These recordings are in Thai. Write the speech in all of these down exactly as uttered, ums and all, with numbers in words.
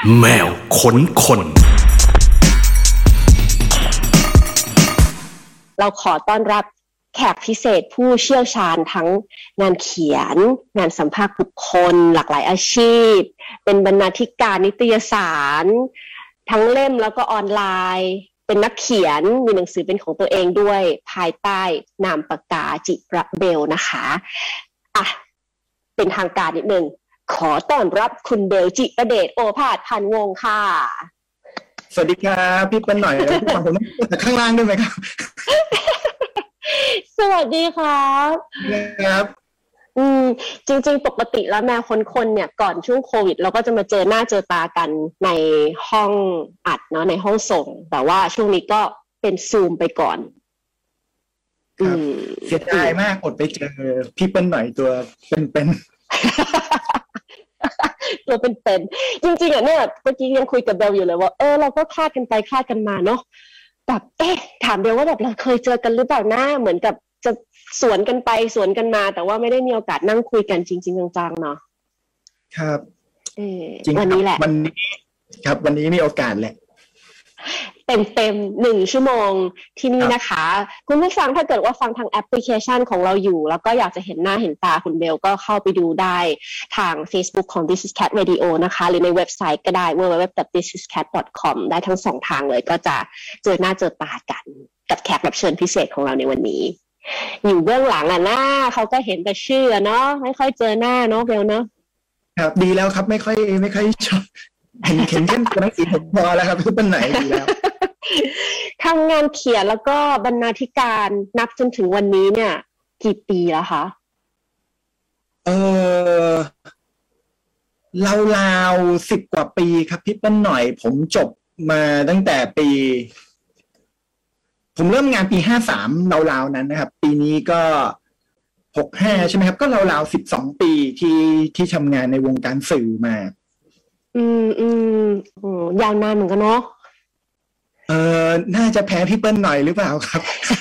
แมวขนคนเราขอต้อนรับแขกพิเศษผู้เชี่ยวชาญทั้งงานเขียนงานสัมภาษณ์บุคคลหลากหลายอาชีพเป็นบรรณาธิการนิตยสารทั้งเล่มแล้วก็ออนไลน์เป็นนักเขียนมีหนังสือเป็นของตัวเองด้วยภายใต้นามปากกาจิระเบลนะคะอ่ะเป็นทางการนิดนึงขอต้อนรับคุณเบลจิระเดชโอภาสพันวงศ์ค่ะสวัสดีครับพี่เป็นหน่อยแล้วพี่ฟังผมจากข้างล่างได้ไหมครับสวัสดีครับครับอืมจริงๆปกติแล้วแมวคนคนเนี่ยก่อนช่วงโควิดเราก็จะมาเจอหน้าเจอตากันในห้องอัดเนาะในห้องส่งแต่ว่าช่วงนี้ก็เป็นซูมไปก่อนครับเสียดายมากอดไปเจอพี่เป็นหน่อยตัวเป็นๆตัวเป็นๆจริงๆอ่ะเนี่ยเมื่อกี้ยังคุยกับเบลอยู่เลยว่าเออเราก็คลาดกันไปคลาดกันมาเนาะแบบเอ๊ะถามเบลว่าแบบเราเคยเจอกันหรือเปล่านะเหมือนกับจะสวนกันไปสวนกันมาแต่ว่าไม่ได้มีโอกาสนั่งคุยกันจริงๆจังๆเนาะครับเออวันนี้แหละวันนี้ครับวันนี้มีโอกาสแหละเต็มเต็มหนึ่งชั่วโมงที่นี่นะคะคุณผู้ฟังถ้าเกิดว่าฟังทางแอปพลิเคชันของเราอยู่แล้วก็อยากจะเห็นหน้าเห็นตาคุณเบลก็เข้าไปดูได้ทาง Facebook ของ This is Cat Radio นะคะหรือในเว็บไซต์ก็ได้ ดับเบิลยู ดับเบิลยู ดับเบิลยู ดอท this is cat ดอท คอม ได้ทั้งสองทางเลยก็จะเจอหน้าเจอตากันกับแขกรับเชิญพิเศษของเราในวันนี้อยู่เบื้องหลังอ่ะหน้าเขาก็เห็นแต่ชื่อเนาะไม่ค่อยเจอหน้าเนาะเบลเนาะครับดีแล้วครับไม่ค่อยไม่ค่อยชอบเห็นเห็นแค่ตัวหนังสือผมพอแล้วครับคือเป็นไหนดีแล้วทำงานเขียนแล้วก็บรรณาธิการนับจนถึงวันนี้เนี่ยกี่ปีแล้วคะเออราวๆสิบกว่าปีครับพี่เปิ้ลหน่อยผมจบมาตั้งแต่ปีผมเริ่มงานปีห้าสามราวๆนั้นนะครับปีนี้ก็หกห้าใช่ไหมครับก็ราวๆสิบสองปีที่ที่ทำงานในวงการสื่อมาอืมอืมโอ้ยาวนานเหมือนกันเนาะเออน่าจะแพ้พี่เปิ้ลหน่อยหรือเปล่าครับ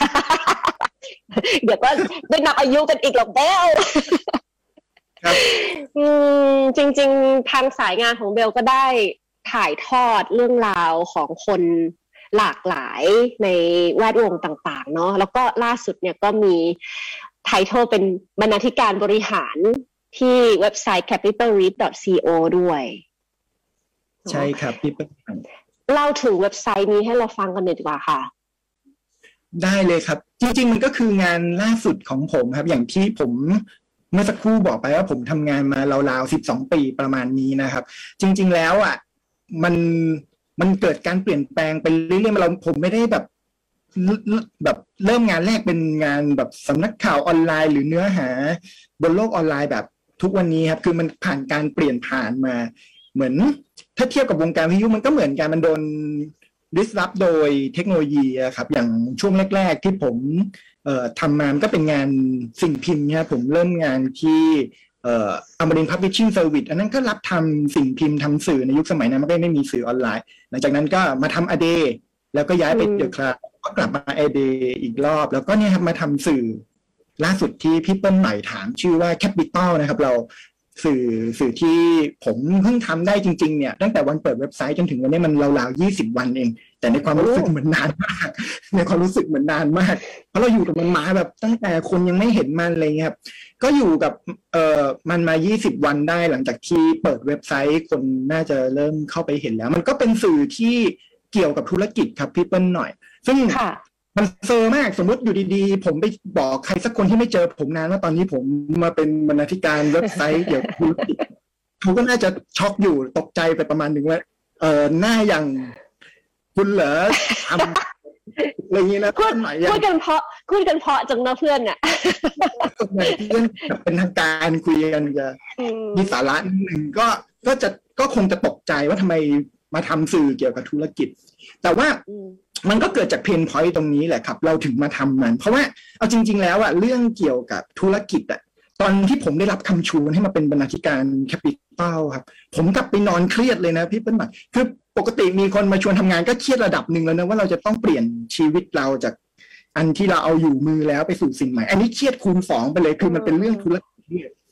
เดี๋ยวก็ได้นับอายุกันอีกหรอกเบลครับอืมจริงๆทางสายงานของเบลก็ได้ถ่ายทอดเรื่องราวของคนหลากหลายในแวดวงต่างๆเนาะแล้วก็ล่าสุดเนี่ยก็มีไททอลเป็นบรรณาธิการบริหารที่เว็บไซต์ แคปิตอลรีด ดอท ซี โอ ด้วยใช่ครับพี่เปิ้ลเล่าถึงเว็บไซต์นี้ให้เราฟังกันหน่อยดีกว่าค่ะได้เลยครับจริงๆมันก็คืองานล่าสุดของผมครับอย่างที่ผมเมื่อสักครู่บอกไปว่าผมทำงานมาราวๆสิบสองปีประมาณนี้นะครับจริงๆแล้วอ่ะมันมันเกิดการเปลี่ยนแปลงไปเรื่อยๆเราผมไม่ได้แบบแบบเริ่มงานแรกเป็นงานแบบสำนักข่าวออนไลน์หรือเนื้อหาบนโลกออนไลน์แบบทุกวันนี้ครับคือมันผ่านการเปลี่ยนผ่านมาเหมือนถ้าเทียบกับวงการวิทยุมันก็เหมือนกันมันโดน disrupt โดยเทคโนโลยีครับอย่างช่วงแรกๆที่ผมเอ่อทำมามันก็เป็นงานสิ่งพิมพ์เนี่ยผมเริ่มงานที่เอ่อ Amarin Publishing Service อันนั้นก็รับทำสิ่งพิมพ์ทำสื่อในยุคสมัยนั้นมันก็ไม่มีสื่อออนไลน์หลังจากนั้นก็มาทำ A Day แล้วก็ย้ายไปเดอะคลาสก็กลับมา A Day อีกรอบแล้วก็เนี่ยครับมาทำสื่อล่าสุดที่พี่เปิ้ลใหม่ถามชื่อว่า Capital นะครับเราสื่อสื่อที่ผมเพิ่งทำได้จริงๆเนี่ยตั้งแต่วันเปิดเว็บไซต์จนถึงวันนี้มันราวๆยี่สิบวันเองแต่ในความรู้สึกเหมือนนานมากในความรู้สึกเหมือนนานมากเพราะเราอยู่กับมันมาแบบตั้งแต่คนยังไม่เห็นมันอะไรเงี้ยครับก็อยู่กับเอ่อมันมายี่สิบวันได้หลังจากที่เปิดเว็บไซต์คนน่าจะเริ่มเข้าไปเห็นแล้วมันก็เป็นสื่อที่เกี่ยวกับธุรกิจครับพี่เปิ้ลหน่อยซึ่งมันเซอร์มากสมมติอยู่ดีๆผมไปบอกใครสักคนที่ไม่เจอผมนานว่าตอนนี้ผมมาเป็นบรรณาธิการเว็บไซต์เกี่ยวกับธุรกิจเขาก็น่าจะช็อกอยู่ตกใจไปประมาณหนึ่งว่าเออหน้าอย่างคุณเหรอทำอะไรอย่างนี้นะพูดพูดกันเพราะพูดกันเพราะจังนะเพื่อนเนี่ยเพื่อนเป็นทางการคุยกันจะมีสาระนิดนึงก็ก็จะก็คงจะตกใจว่าทำไมมาทำสื่อเกี่ยวกับธุรกิจแต่ว่ามันก็เกิดจากเพนพอยต์ตรงนี้แหละครับเราถึงมาทำมันเพราะว่าเอาจริงๆแล้วอะเรื่องเกี่ยวกับธุรกิจอะตอนที่ผมได้รับคำชวนให้มาเป็นบรรณาธิการแคปิตอลครับผมกลับไปนอนเครียดเลยนะพี่เปิ้ลหมายคือปกติมีคนมาชวนทำงานก็เครียดระดับหนึ่งแล้วนะว่าเราจะต้องเปลี่ยนชีวิตเราจากอันที่เราเอาอยู่มือแล้วไปสู่สิ่งใหม่อันนี้เครียดคูณสองไปเลยคือมันเป็นเรื่องธุรกิจ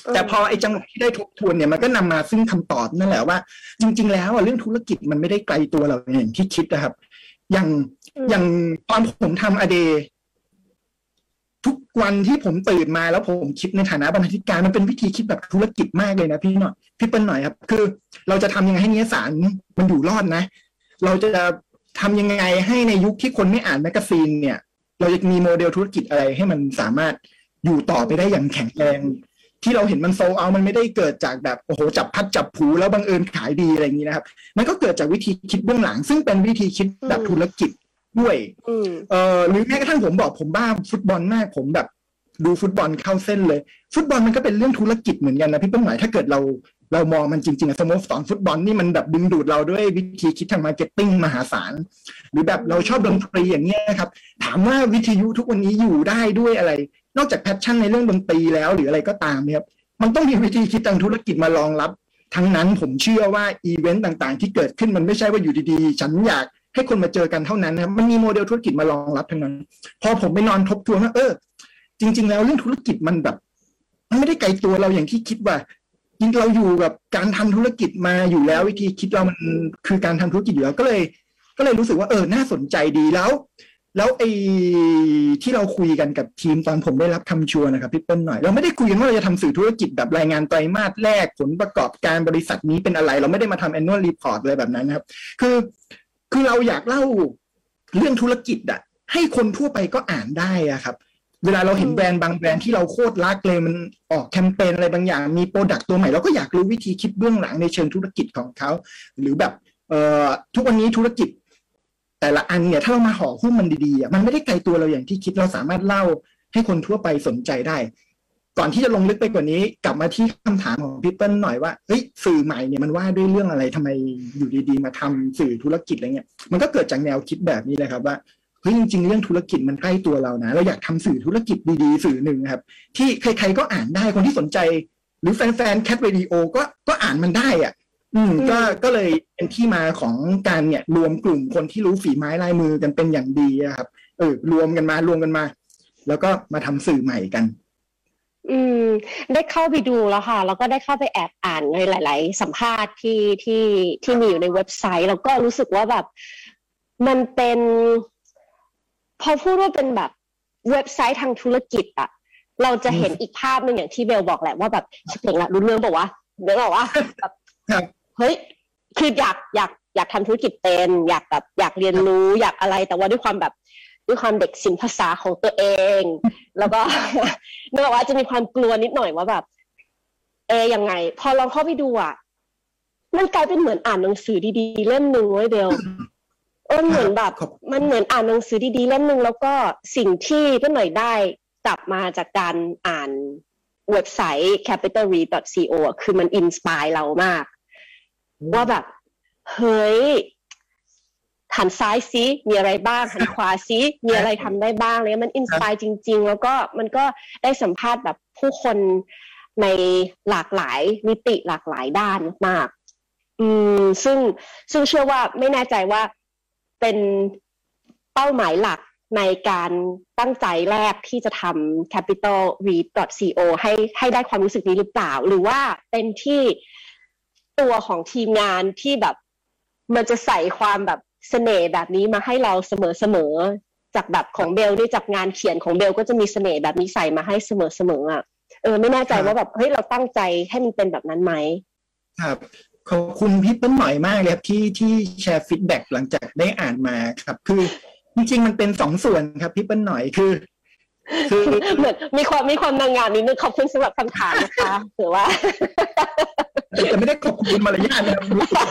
แต่พอไอ้จังหวะที่ได้ทบทวนเนี่ยมันก็นำมาซึ่งคำตอบนั่นแหละว่าจริงๆแล้วเรื่องธุรกิจมันไม่ได้ไกลตัวเราอย่างที่คิดนะครับอย่างอย่างตอนผมทำอเดทุกวันที่ผมตื่นมาแล้วผมคิดในฐานะบรรณาธิการมันเป็นวิธีคิดแบบธุรกิจมากเลยนะพี่หน่อยพี่เปิ้ลหน่อยครับคือเราจะทำยังไงให้นิยสารมันอยู่รอดนะเราจะทำยังไงให้ในยุคที่คนไม่อ่านแมกกาซีนเนี่ยเราจะมีโมเดลธุรกิจอะไรให้มันสามารถอยู่ต่อไปได้อย่างแข็งแรงที่เราเห็นมันโซเอามันไม่ได้เกิดจากแบบโอ้โหจับพัดจับผูแล้วบังเอิญขายดีอะไรอย่างนี้นะครับมันก็เกิดจากวิธีคิดเบื้องหลังซึ่งเป็นวิธีคิดแบบธุรกิจด้วยเอ่อหรือแม้กระทั่งผมบอกผมบ้าฟุตบอลมากผมแบบดูฟุตบอลเข้าเส้นเลยฟุตบอลมันก็เป็นเรื่องธุรกิจเหมือนกันนะพี่เปิ้ลหมายถ้าเกิดเราเรามองมันจริงๆสโมสรฟุตบอลนี่มันแบบดึงดูดเราด้วยวิธีคิดทางมาร์เก็ตติ้งมหาศาลหรือแบบเราชอบดนตรีอย่างเงี้ยครับถามว่าวิทยุทุกวันนี้อยู่ได้ด้วยอะไรนอกจากแพชชั่นในเรื่องดนตรีแล้วหรืออะไรก็ตามเนี่ยครับมันต้องมีวิธีคิดทางธุรกิจมารองรับทั้งนั้นผมเชื่อว่าอีเวนต์ต่างๆที่เกิดขึ้นมันไม่ใช่ว่าอยู่ดีๆฉันอยากให้คนมาเจอกันเท่านั้นนะครับมันมีโมเดลธุรกิจมารองรับทั้งนั้นพอผมไปนอนทบทวนว่าเออจริงๆแล้วเรื่องธุรกิจมันแบบมันไม่ได้ไกลตัวเราอย่างที่คิดว่าจริงเราอยู่กับการทำธุรกิจมาอยู่แล้ววิธีคิดเรามันคือการทำธุรกิจอยู่แล้วก็เลยก็เลยรู้สึกว่าเออน่าสนใจดีแล้วแล้วไอ้ที่เราคุยกันกับทีมตอนผมได้รับคำชวนนะครับพี่เปิ้ลหน่อยเราไม่ได้คุยกันว่าเราจะทำสื่อธุรกิจแบบรายงานไตรมาสแรกผลประกอบการบริษัทนี้เป็นอะไรเราไม่ได้มาทำ annual report อะไรแบบนั้นนะครับคือคือเราอยากเล่าเรื่องธุรกิจอะให้คนทั่วไปก็อ่านได้อะครับเวลาเราเห็นแบรนด์บางแบรนด์ที่เราโคตรรักเลยมันออกแคมเปญอะไรบางอย่างมีโปรดักต์ตัวใหม่เราก็อยากรู้วิธีคิดเบื้องหลังในเชิงธุรกิจของเขาหรือแบบเอ่อทุกวันนี้ธุรกิจแต่ละอันเนี่ยถ้าเรามาห่อหุ้มมันดีๆมันไม่ได้ไกลตัวเราอย่างที่คิดเราสามารถเล่าให้คนทั่วไปสนใจได้ก่อนที่จะลงลึกไปกว่านี้กลับมาที่คำถามของพี่เปิ้ลหน่อยว่าเฮ้ยสื่อใหม่เนี่ยมันว่าด้วยเรื่องอะไรทำไมอยู่ดีๆมาทำสื่อธุรกิจอะไรเงี้ยมันก็เกิดจากแนวคิดแบบนี้เลยครับว่าเฮ้ยจริงๆเรื่องธุรกิจมันใกล้ตัวเรานะเราอยากทำสื่อธุรกิจดีๆสื่อหนึ่งครับที่ใครๆก็อ่านได้คนที่สนใจหรือแฟนๆแคทเรดิโอก็ก็อ่านมันได้อ่ะอืมก็ก็เลยเป็นที่มาของการเนี่ยรวมกลุ่มคนที่รู้ฝีไม้ลายมือกันเป็นอย่างดีครับเออรวมกันมารวมกันมาแล้วก็มาทำสื่อใหม่กันอืมได้เข้าไปดูแล้วค่ะแล้วก็ได้เข้าไปแอบอ่านในหลายๆสัมภาษณ์ที่ที่ที่มีอยู่ในเว็บไซต์แล้วก็รู้สึกว่าแบบมันเป็นพอพูดว่าเป็นแบบเว็บไซต์ทางธุรกิจอะเราจะเห็นอีกภาพหนึ่งอย่างที่เบลบอกแหละว่าแบบชิบเพ่งละรู้เรื่องบอกว่าเบลบอกว่าแบบเฮ้ยคืออยากอยากอยากทำธุรกิจเป็นอยากแบบอยากเรียนรู้อยากอะไรแต่ว่าด้วยความแบบด้วยความเด็กศิลปภาษาของตัวเองแล้วก็นึกว่าจะมีความกลัวนิดหน่อยว่าแบบเอยังไงพอลองเข้าไปดูอ่ะมันกลายเป็นเหมือนอ่านหนังสือดีๆเล่มนึงเว้ยเบลเออเหมือนแบบมันเหมือนอ่านหนังสือดีๆเล่มนึงแล้วก็สิ่งที่เพื่อนหน่อยได้กลับมาจากการอ่านเว็บไซต์ แคปิตอล รีด ดอท ซี โอ อ่ะคือมันอินสไปร์เรามากว่าแบบเฮ้ยหันซ้ายซิมีอะไรบ้างหันขวาซิมีอะไรทำได้บ้างเลยมันอินสไปร์จริงๆแล้วก็มันก็ได้สัมภาษณ์แบบผู้คนในหลากหลายมิติหลากหลายด้านมากอืมซึ่งซึ่งเชื่อว่าไม่แน่ใจว่าเป็นเป้าหมายหลักในการตั้งใจแรกที่จะทำ แคปิตอล รีด ดอท ซี โอ ให้ให้ได้ความรู้สึกนี้หรือเปล่าหรือว่าเป็นที่ตัวของทีมงานที่แบบมันจะใส่ความแบบเสน่ห์แบบนี้มาให้เราเสมอๆจากแบบของเบลนี่จากงานเขียนของเบลก็จะมีเสน่ห์แบบนี้ใส่มาให้เสมอๆอ่ะเออไม่แน่ใจว่าแบบเฮ้ยเราตั้งใจให้มันเป็นแบบนั้นไหมครับขอบคุณพี่เปิ้ลหน่อยมากเลยครับที่ที่แชร์ฟีดแบ็กหลังจากได้อ่านมาครับคือจริงๆมันเป็นสองส่วนครับพี่เปิ้ลหน่อยคือคือเหมือนมีความมีความนางงามนิดนึงขอบคุณสำหรับคำถามนะคะถือว่าแต่ไม่ได้ขอบคุณมารยาทนะครับ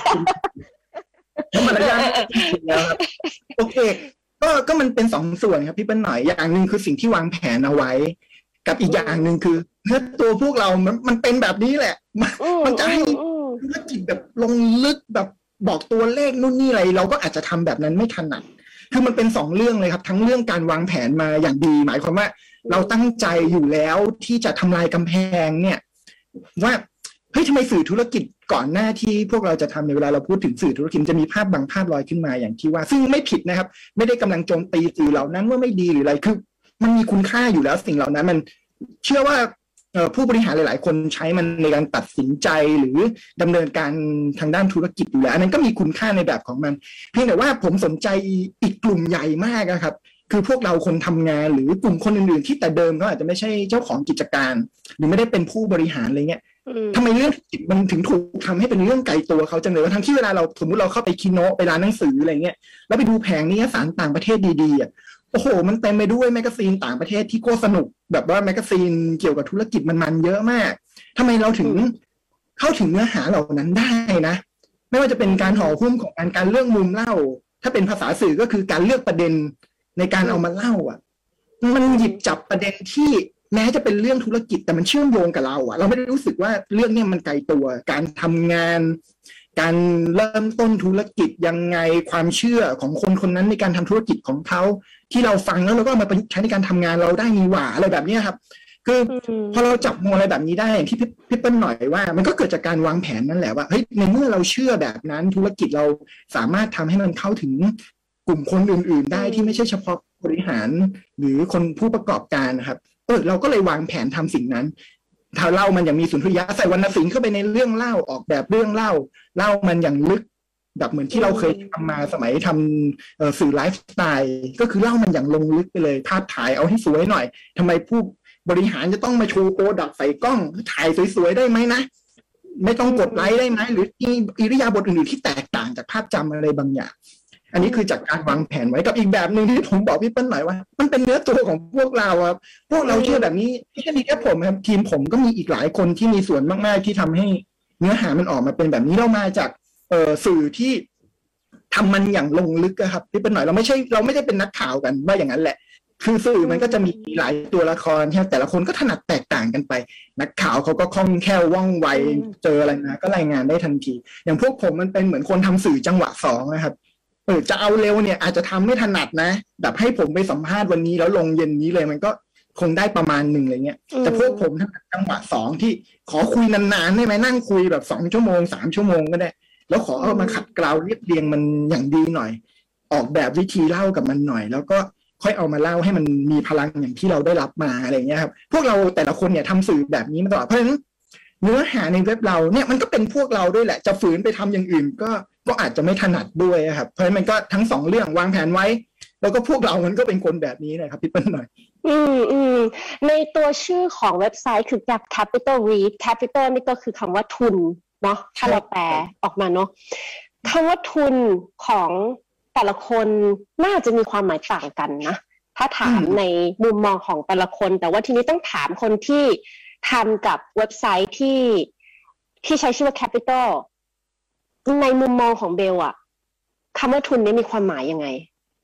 มารยาทแล้วครับโอเคก็ก็มันเป็นสองส่วนครับพี่เปิ้ลหน่อยอย่างหนึ่งคือสิ่งที่วางแผนเอาไว้กับอีกอย่างหนึ่งคือเนื้อตัวพวกเรามันมันเป็นแบบนี้แหละมันจะให้ธุรกิจแบบลงลึกแบบบอกตัวเลขนู่นนี่อะไรเราก็อาจจะทำแบบนั้นไม่ถนัดคือมันเป็นสองเรื่องเลยครับทั้งเรื่องการวางแผนมาอย่างดีหมายความว่าเราตั้งใจอยู่แล้วที่จะทำลายกำแพงเนี่ยว่าเฮ้ยทำไมสื่อธุรกิจก่อนหน้าที่พวกเราจะทำในเวลาเราพูดถึงสื่อธุรกิจจะมีภาพบางภาพลอยขึ้นมาอย่างที่ว่าซึ่งไม่ผิดนะครับไม่ได้กำลังโจมตีสื่อเหล่านั้นว่าไม่ดีหรืออะไรคือมันมีคุณค่าอยู่แล้วสิ่งเหล่านั้นมันเชื่อว่าผู้บริหารหลายๆคนใช้มันในการตัดสินใจหรือดำเนินการทางด้านธุรกิจอยู่แล้วอันนั้นก็มีคุณค่าในแบบของมันเพียงแต่ว่าผมสนใจอีกกลุ่มใหญ่มากครับคือพวกเราคนทำงานหรือกลุ่มคนอื่นๆที่แต่เดิมเขาอาจจะไม่ใช่เจ้าของกิจการหรือไม่ได้เป็นผู้บริหารอะไรเงี้ยทำไมเรื่องจิตมันถึงถูกทำให้เป็นเรื่องไกลตัวเขาจังเลยว่าทั้งที่เวลาเราสมมติเราเข้าไปคีโนะไปร้านหนังสืออะไรเงี้ยแล้วไปดูแผงนิยสารต่างประเทศดีๆอ่ะโอ้โหมันเต็มไปด้วยแมกกาซีนต่างประเทศที่โคตรสนุกแบบว่าแมกกาซีนเกี่ยวกับธุรกิจมันๆเยอะมากทำไมเราถึงเข้าถึงเนื้อหาเหล่านั้นได้นะไม่ว่าจะเป็นการห่อหุ้มของการการเลือกมุมเล่าถ้าเป็นภาษาสื่อก็คือการเลือกประเด็นในการเอามาเล่าอ่ะมันหยิบจับประเด็นที่แม้จะเป็นเรื่องธุรกิจแต่มันเชื่อมโยงกับเราอ่ะเราไม่ได้รู้สึกว่าเรื่องนี้มันไกลตัวการทำงานการเริ่มต้นธุรกิจยังไงความเชื่อของคนคนนั้นในการทำธุรกิจของเขาที่เราฟังแล้วเราก็เอามาประยุกต์ใช้ในการทำงานเราได้มีหว่าอะไรแบบนี้ครับคือพอเราจับมองอะไรแบบนี้ได้อย่างที่พี่เปิ้ลหน่อยว่ามันก็เกิดจากการวางแผนนั่นแหละว่าเฮ้ยในเมื่อเราเชื่อแบบนั้นธุรกิจเราสามารถทำให้มันเข้าถึงกลุ่มคนอื่นๆได้ที่ไม่ใช่เฉพาะบริหารหรือคนผู้ประกอบการนะครับเออเราก็เลยวางแผนทำสิ่งนั้นถ้าเล่ามันอย่างมีสุนทรียะใส่วรรณศิลป์เข้าไปในเรื่องเล่าออกแบบเรื่องเล่าเล่ามันอย่างลึกแบบเหมือนที่เราเคยทำมาสมัยทำสื่อไลฟ์สไตล์ก็คือเล่ามันอย่างลงลึกไปเลยภาพถ่ายเอาให้สวยหน่อยทำไมผู้บริหารจะต้องมาโชว์โปรดักต์ใส่กล้องถ่ายสวยๆได้ไหมนะไม่ต้องกดไลค์ได้ไหมหรืออิริยาบถอื่นๆที่แตกต่างจากภาพจำอะไรบางอย่างอันนี้คือจากการวางแผนไว้กับอีกแบบหนึ่งที่ผมบอกพี่เปิ้ลหน่อยว่ามันเป็นเนื้อตัวของพวกเราครับพวกเราเชื่อแบบนี้ไม่ใช่มีแค่ผมครับทีมผมก็มีอีกหลายคนที่มีส่วนมากๆที่ทำให้เนื้อหามันออกมาเป็นแบบนี้เรามาจากเอ่อสื่อที่ทำมันอย่างลงลึกครับพี่เปิ้ลหน่อยเราไม่ใช่เราไม่ได้เป็นนักข่าวกันว่าอย่างนั้นแหละคือสื่อมันก็จะมีหลายตัวละครใช่แต่ละคนก็ถนัดแตกต่างกันไปนักข่าวเขาก็คล่องแคล่วว่องไวเจออะไรมาก็รายงานได้ทันทีอย่างพวกผมมันเป็นเหมือนคนทำสื่อจังหวะสองนะครับเออจะเอาเร็วเนี่ยอาจจะทำไม่ถนัดนะแบบให้ผมไปสัมภาษณ์วันนี้แล้วลงเย็นนี้เลยมันก็คงได้ประมาณหนึ่งอะไรเงี้ยแต่พวกผมถนัดจังหวะสองที่ขอคุยนานๆได้ไหมนั่งคุยแบบสองชั่วโมงสามชั่วโมงก็ได้แล้วขอเอามาขัดเกลาเรียบเรียงมันอย่างดีหน่อยออกแบบวิธีเล่ากับมันหน่อยแล้วก็ค่อยเอามาเล่าให้มันมีพลังอย่างที่เราได้รับมาอะไรเงี้ยครับพวกเราแต่ละคนเนี่ยทำสื่อแบบนี้มาตลอดเพราะฉะนั้นเนื้อหาในเว็บเราเนี่ยมันก็เป็นพวกเราด้วยแหละจะฝืนไปทำอย่างอื่นก็ก็อาจจะไม่ถนัดด้วยครับเพราะฉะนั้นมันก็ทั้งสองเรื่องวางแผนไว้แล้วก็พวกเรามันก็เป็นคนแบบนี้นะครับพี่เปิ้ลหน่อยอืมอืมในตัวชื่อของเว็บไซต์คือ Capital Read Capital นี่ก็คือคำว่าทุนเนาะถ้าเราแปลออกมาเนาะคำว่าทุนของแต่ละคนน่าจะมีความหมายต่างกันนะถ้าถามในมุมมองของแต่ละคนแต่ว่าทีนี้ต้องถามคนที่ทำกับเว็บไซต์ที่ที่ใช้ชื่อว่า Capital ในมุมมองของเบลอะคำว่าทุนนี้มีความหมายยังไง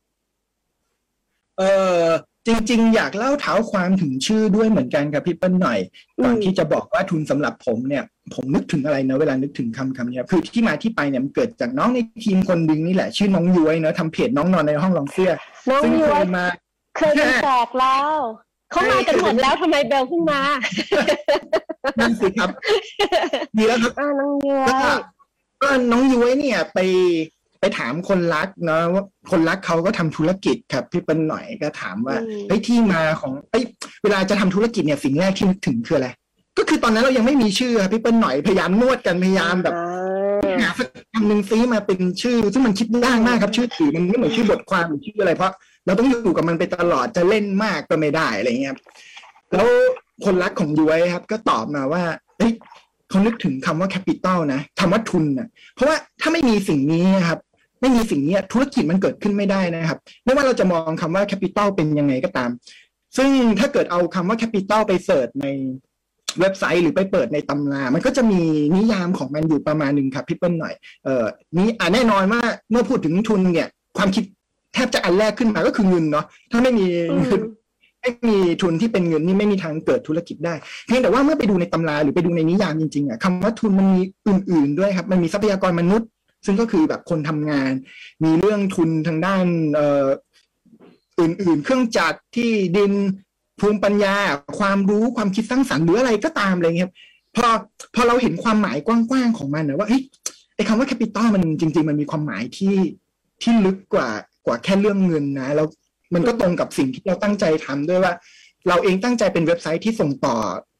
เออจริงๆอยากเล่าเท้าความถึงชื่อด้วยเหมือนกันครับพี่เปิ้ลหน่อยก่อนที่จะบอกว่าทุนสำหรับผมเนี่ยผมนึกถึงอะไรนะเวลานึกถึงคำคำนี้คือที่มาที่ไปเนี่ยมันเกิดจากน้องในทีมคนดึงนี่แหละชื่อน้องย้วยเนาะทำเพจน้องนอนในห้องรองเสื้อน้องย้วยมาเคยเป็นแจกแล้วเขามากันหมดแล้วทำไมเบลเพิ่งมานั่นสิครับดีแล้วครับน้องย้วยก็น้องย้วยเนี่ยไปไปถามคนรักเนาะว่าคนรักเขาก็ทำธุรกิจครับพี่เปิ้ลหน่อยก็ถามว่าเฮ้ยที่มาของเอ้ยเวลาจะทำธุรกิจเนี่ยสิ่งแรกที่นึกถึงคืออะไรก็คือตอนนั้นเรายังไม่มีชื่อครับพี่เปิ้ลหน่อยพยายามนวดกันพยายามแบบหาสักคำหนึ่งซีมาเป็นชื่อซึ่งมันคิดยากมากครับชื่อถือมันไม่เหมือนชื่อบทความหรือชื่ออะไรเพราะเราต้องอยู่กับมันไปตลอดจะเล่นมากก็ไม่ได้อะไรเงี้ยแล้วคนรักของย้วยครับก็ตอบมาว่าเฮ้ยเขานึกถึงคำว่าแคปิตอลนะคำว่าทุนนะเพราะว่าถ้าไม่มีสิ่งนี้ครับไม่มีสิ่งนี้ธุรกิจมันเกิดขึ้นไม่ได้นะครับไม่ว่าเราจะมองคำว่าแคปิตอลเป็นยังไงก็ตามซึ่งถ้าเกิดเอาคำว่าแคปิตอลไปเสิร์ชในเว็บไซต์หรือไปเปิดในตำรามันก็จะมีนิยามของมันอยู่ประมาณนึงครับพี่เปิ้ลหน่อยเอ่อนี้อ่าแน่นอนว่าเมื่อพูดถึงทุนเนี่ยความคิดแทบจะอันแรกขึ้นมาก็คือเงินเนาะถ้าไม่มีไม่มีทุนที่เป็นเงินนี่ไม่มีทางเกิดธุรกิจได้เพียงแต่ว่าเมื่อไปดูในตำราหรือไปดูในนิยามจริงๆอ่ะคำว่าทุนมันมีอื่นๆด้วยครับมันมีทรัพยากรมนุษย์ซึ่งก็คือแบบคนทำงานมีเรื่องทุนทางด้านเอ่ออื่นๆเครื่องจักรที่ดินภูมิปัญญาความรู้ความคิดสร้างสรรค์หรืออะไรก็ตามอะไรเงี้ยพอพอเราเห็นความหมายกว้างๆของมันนะว่าเฮ้ยไอ้คำว่าแคปิตอลมันจริงๆมันมีความหมายที่ที่ลึกกว่ากว่าแค่เรื่องเงินนะแล้วมันก็ตรงกับสิ่งที่เราตั้งใจทำด้วยว่าเราเองตั้งใจเป็นเว็บไซต์ที่ส่งต่อ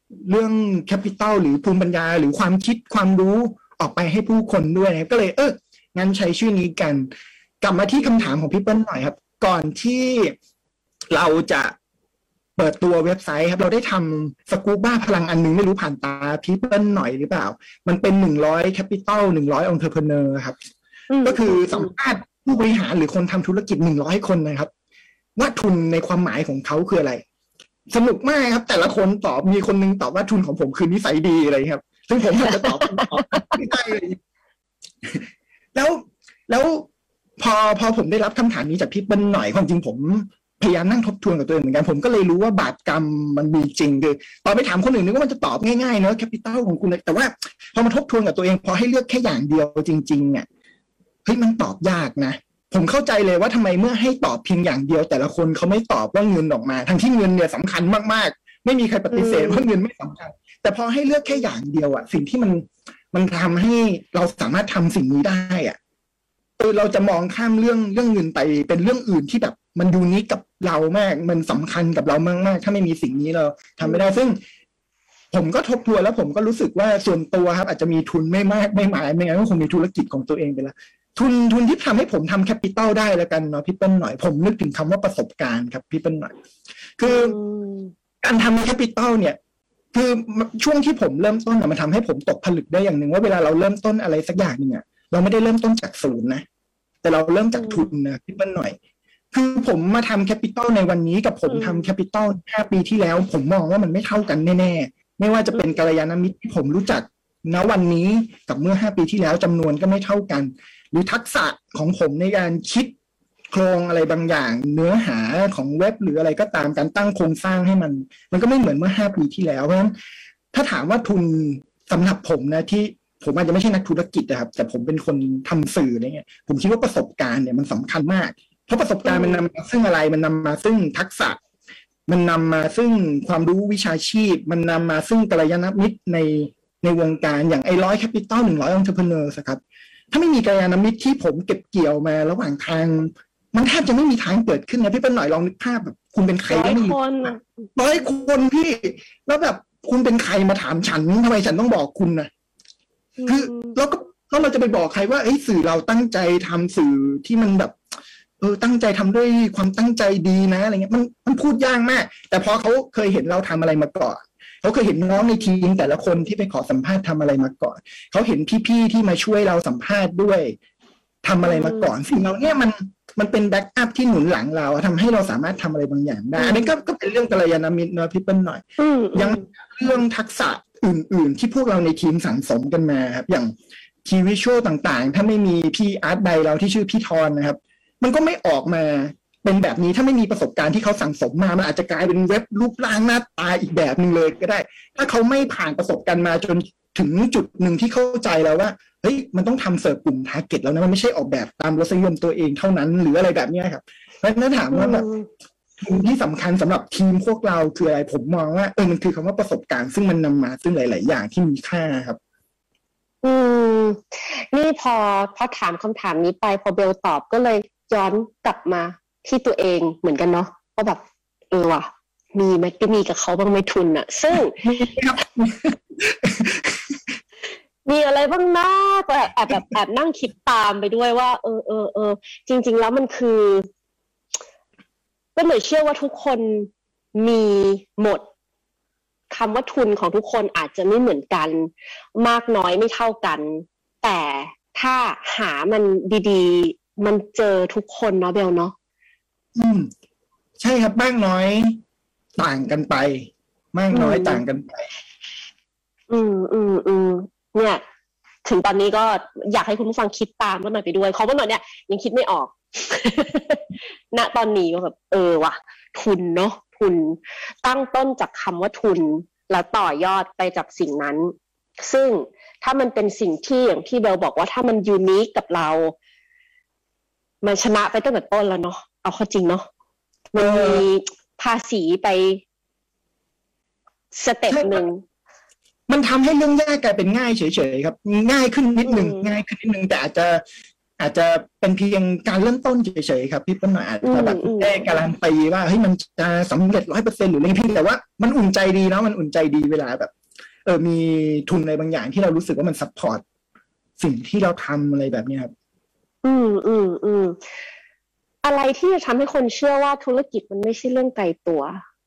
เรื่องแคปิตอลหรือภูมิปัญญาหรือความคิดความรู้ออกไปให้ผู้คนด้วยนะก็เลยเอองั้นใช้ชื่อนี้กันกลับมาที่คำถามของพี่เปิ้ลหน่อยครับก่อนที่เราจะเปิดตัวเว็บไซต์ครับเราได้ทำสกู๊ปบ้าพลังอันนึงไม่รู้ผ่านตาพี่เปิ้ลหน่อยหรือเปล่ามันเป็นหนึ่งร้อยแคปิตอลหนึ่งร้อยองค์เทอร์เพเนอร์ครับก็คือสัมภาษณ์ผู้บริหารหรือคนทำธุรกิจหนึ่งร้อยคนนะครับว่าทุนในความหมายของเขาคืออะไรสนุกมากครับแต่ละคนตอบมีคนนึงตอบว่าทุนของผมคือนิสัยดีอะไรครับซึ่งผมอาจจะตอบตอบไม่ได้เลยแล้วแล้วพอพอผมได้รับคำถามนี้จากพี่เปิ้ลหน่อยความจริงผมพยายามนั่งทบทวนกับตัวเองเหมือนกันผมก็เลยรู้ว่าบาปกรรมมันมีจริงคือตอนไปถามคนอื่นนึกว่ามันจะตอบง่ายๆเนอะแคปิตอลของคุณแต่ว่าพอมาทบทวนกับตัวเองพอให้เลือกแค่อย่างเดียวจริงๆเนี่ยเฮ้ยมันตอบยากนะผมเข้าใจเลยว่าทำไมเมื่อให้ตอบเพียงอย่างเดียวแต่ละคนเขาไม่ตอบว่าเงินออกมาทั้งที่เงินเนี่ยสำคัญมากๆไม่มีใครปฏิเสธว่าเงินไม่สำคัญแต่พอให้เลือกแค่อย่างเดียวอะสิ่งที่มันมันทำให้เราสามารถทำสิ่งนี้ได้อะเออเราจะมองข้ามเรื่องเรื่องเงินไปเป็นเรื่องอื่นที่แบบมันยูนิคกับเรามากมันสำคัญกับเรามากๆถ้าไม่มีสิ่งนี้เราทำไม่ได้ซึ่งผมก็ทบทวนแล้วผมก็รู้สึกว่าส่วนตัวครับอาจจะมีทุนไม่มากไม่หมายไม่งั้นก็คงมีธุรกิจของตัวเองไปแล้วทุนทุนที่ทำให้ผมทำแคปิตอลได้แล้วกันเนาะพี่เปิ้ลหน่อยผมนึกถึงคำว่าประสบการณ์ครับพี่เปิ้ลหน่อยคือการทำแคปิตอลเนี่ยคือช่วงที่ผมเริ่มต้นมันทำให้ผมตกผลึกได้อย่างหนึ่งว่าเวลาเราเริ่มต้นอะไรสักอย่างหนึ่งอะเราไม่ได้เริ่มต้นจากศูนย์นะแต่เราเริ่มจากทุนนะพี่เปิ้ลหน่อยคือผมมาทำแคปิตอลในวันนี้กับผมทำแคปิตอลห้าปีที่แล้วผมมองว่ามันไม่เท่ากันแน่ๆไม่ว่าจะเป็นกัลยาณมิตรที่ผมรู้จักณวันนี้กับเมื่อห้าปีที่แล้วจำนวนก็ไม่เท่ากันหรือทักษะของผมในการคิดโครงอะไรบางอย่างเนื้อหาของเว็บหรืออะไรก็ตามการตั้งโครงสร้างให้มันมันก็ไม่เหมือนเมื่อห้าปีที่แล้วเพราะฉะนั้นถ้าถามว่าทุนสำหรับผมนะที่ผมอาจจะไม่ใช่นักธุรกิจนะครับแต่ผมเป็นคนทำสื่ออะไรเงี้ยผมคิดว่าประสบการณ์เนี่ยมันสำคัญมากเพราะประสบการณ์มันนำมาซึ่งอะไรมันนำมาซึ่งทักษะมันนำมาซึ่งความรู้วิชาชีพมันนำมาซึ่งกัลยาณมิตรในในวงการอย่างไอ้ร้อยแคปิตอลหนึ่งร้อยองค์เทอร์เพเนอร์ครับถ้าไม่มีกัลยาณมิตรที่ผมเก็บเกี่ยวมาระหว่างทางมันแทบจะไม่มีทางเกิดขึ้นนะพี่เป็นหน่อยลองนึกภาพแบบคุณเป็นใครร้อยคนร้อยคนพี่แล้วแบบคุณเป็นใครมาถามฉันทำไมฉันต้องบอกคุณนะคือแล้วก็แล้วเราจะไปบอกใครว่าไอ้สื่อเราตั้งใจทำสื่อที่มันแบบเออตั้งใจทำด้วยความตั้งใจดีนะอะไรเงี้ยมันมันพูดยากมากแต่พอเขาเคยเห็นเราทำอะไรมาก่อนเขาเคยเห็นน้องในทีมแต่ละคนที่ไปขอสัมภาษณ์ทำอะไรมาก่อนเขาเห็นพี่ๆที่มาช่วยเราสัมภาษณ์ด้วยทำอะไรมาก่อนสิ่งเหล่านี้มันมันเป็นแบ็กอัพที่หนุนหลังเราทำให้เราสามารถทำอะไรบางอย่างได้อันนี้ก็ก็เป็นเรื่องกัลยาณมิตรเนาะพี่เปิ้ลหน่อยยังเรื่องทักษะอื่นๆที่พวกเราในทีมสั่งสมกันมาครับอย่างทีวิชวลต่างๆถ้าไม่มีพี่อาร์ตไดเราที่ชื่อพี่ทอนนะครับมันก็ไม่ออกมาเป็นแบบนี้ถ้าไม่มีประสบการณ์ที่เขาสั่งสมมามันอาจจะกลายเป็นเว็บรูปร่างหน้าตาอีกแบบนึงเลยก็ได้ถ้าเขาไม่ผ่านประสบการณ์มาจนถึงจุดหนึ่งที่เข้าใจแล้วว่าเฮ้ยมันต้องทำเสิร์ฟกลุ่มทาร์เก็ตแล้วนะมันไม่ใช่ออกแบบตามรสนิยมตัวเองเท่านั้นหรืออะไรแบบนี้ครับเพราะฉะนั้นถามว่าแบบทีมที่สำคัญสำหรับทีมพวกเราคืออะไรผมมองว่าเออมันคือคำว่าประสบการณ์ซึ่งมันนำมาซึ่งหลายๆอย่างที่มีค่าครับอืมนี่พอพอถามคำถามนี้ไปพอเบลตอบก็เลยย้อนกลับมาที่ตัวเองเหมือนกันเนาะว่าแบบเออว่ะมีไหมก็มีกับเขาบ้างไหมทุนอะซึ่ง มีอะไรบ้างนะก็แอบแบบแอบนั่งคิดตามไปด้วยว่าเออเออเออจริงๆแล้วมันคือก็เลยเชื่อว่าทุกคนมีหมดคำว่าทุนของทุกคนอาจจะไม่เหมือนกันมากน้อยไม่เท่ากันแต่ถ้าหามันดีๆมันเจอทุกคนเนาะเบลเนาะอืมใช่ครับมากน้อยต่างกันไปมากน้อยต่างกันไปอืมอืมอืมเนี่ยถึงตอนนี้ก็อยากให้คุณผู้ฟังคิดตามกันหน่อยไปด้วยเขาว่าหน่อยเนี่ยยังคิดไม่ออก ณตอนนี้ก็แบบเออว่ะทุนเนาะทุนตั้งต้นจากคำว่าทุนแล้วต่อยอดไปจากสิ่งนั้นซึ่งถ้ามันเป็นสิ่งที่อย่างที่เบลบอกว่าถ้ามันยูนิคกับเรามันชนะไปตั้งแต่ต้นแล้วเนาะเอาเข้าจริงเนาะมันมีภาษีไปสเต็ปหนึ่งมันทำให้เรื่องยากกลายเป็นง่ายเฉยๆครับง่ายขึ้นนิดนึงง่ายขึ้นนิดนึงแต่อาจจะอาจจะเป็นเพียงการเริ่มต้นเฉยๆครับพี่เปิ้ลอาจจะแบบได้การันตีว่าเฮ้ยมันจะสำเร็จร้อยเปอร์เซ็นต์หรืออะไรเพียงแต่ว่ามันอุ่นใจดีเนาะมันอุ่นใจดีเวลาแบบเออมีทุนอะไรบางอย่างที่เรารู้สึกว่ามันซัพพอร์ตสิ่งที่เราทำอะไรแบบนี้ครับอืมอืมอืมอะไรที่จะทำให้คนเชื่อว่าธุรกิจมันไม่ใช่เรื่องไกลตัว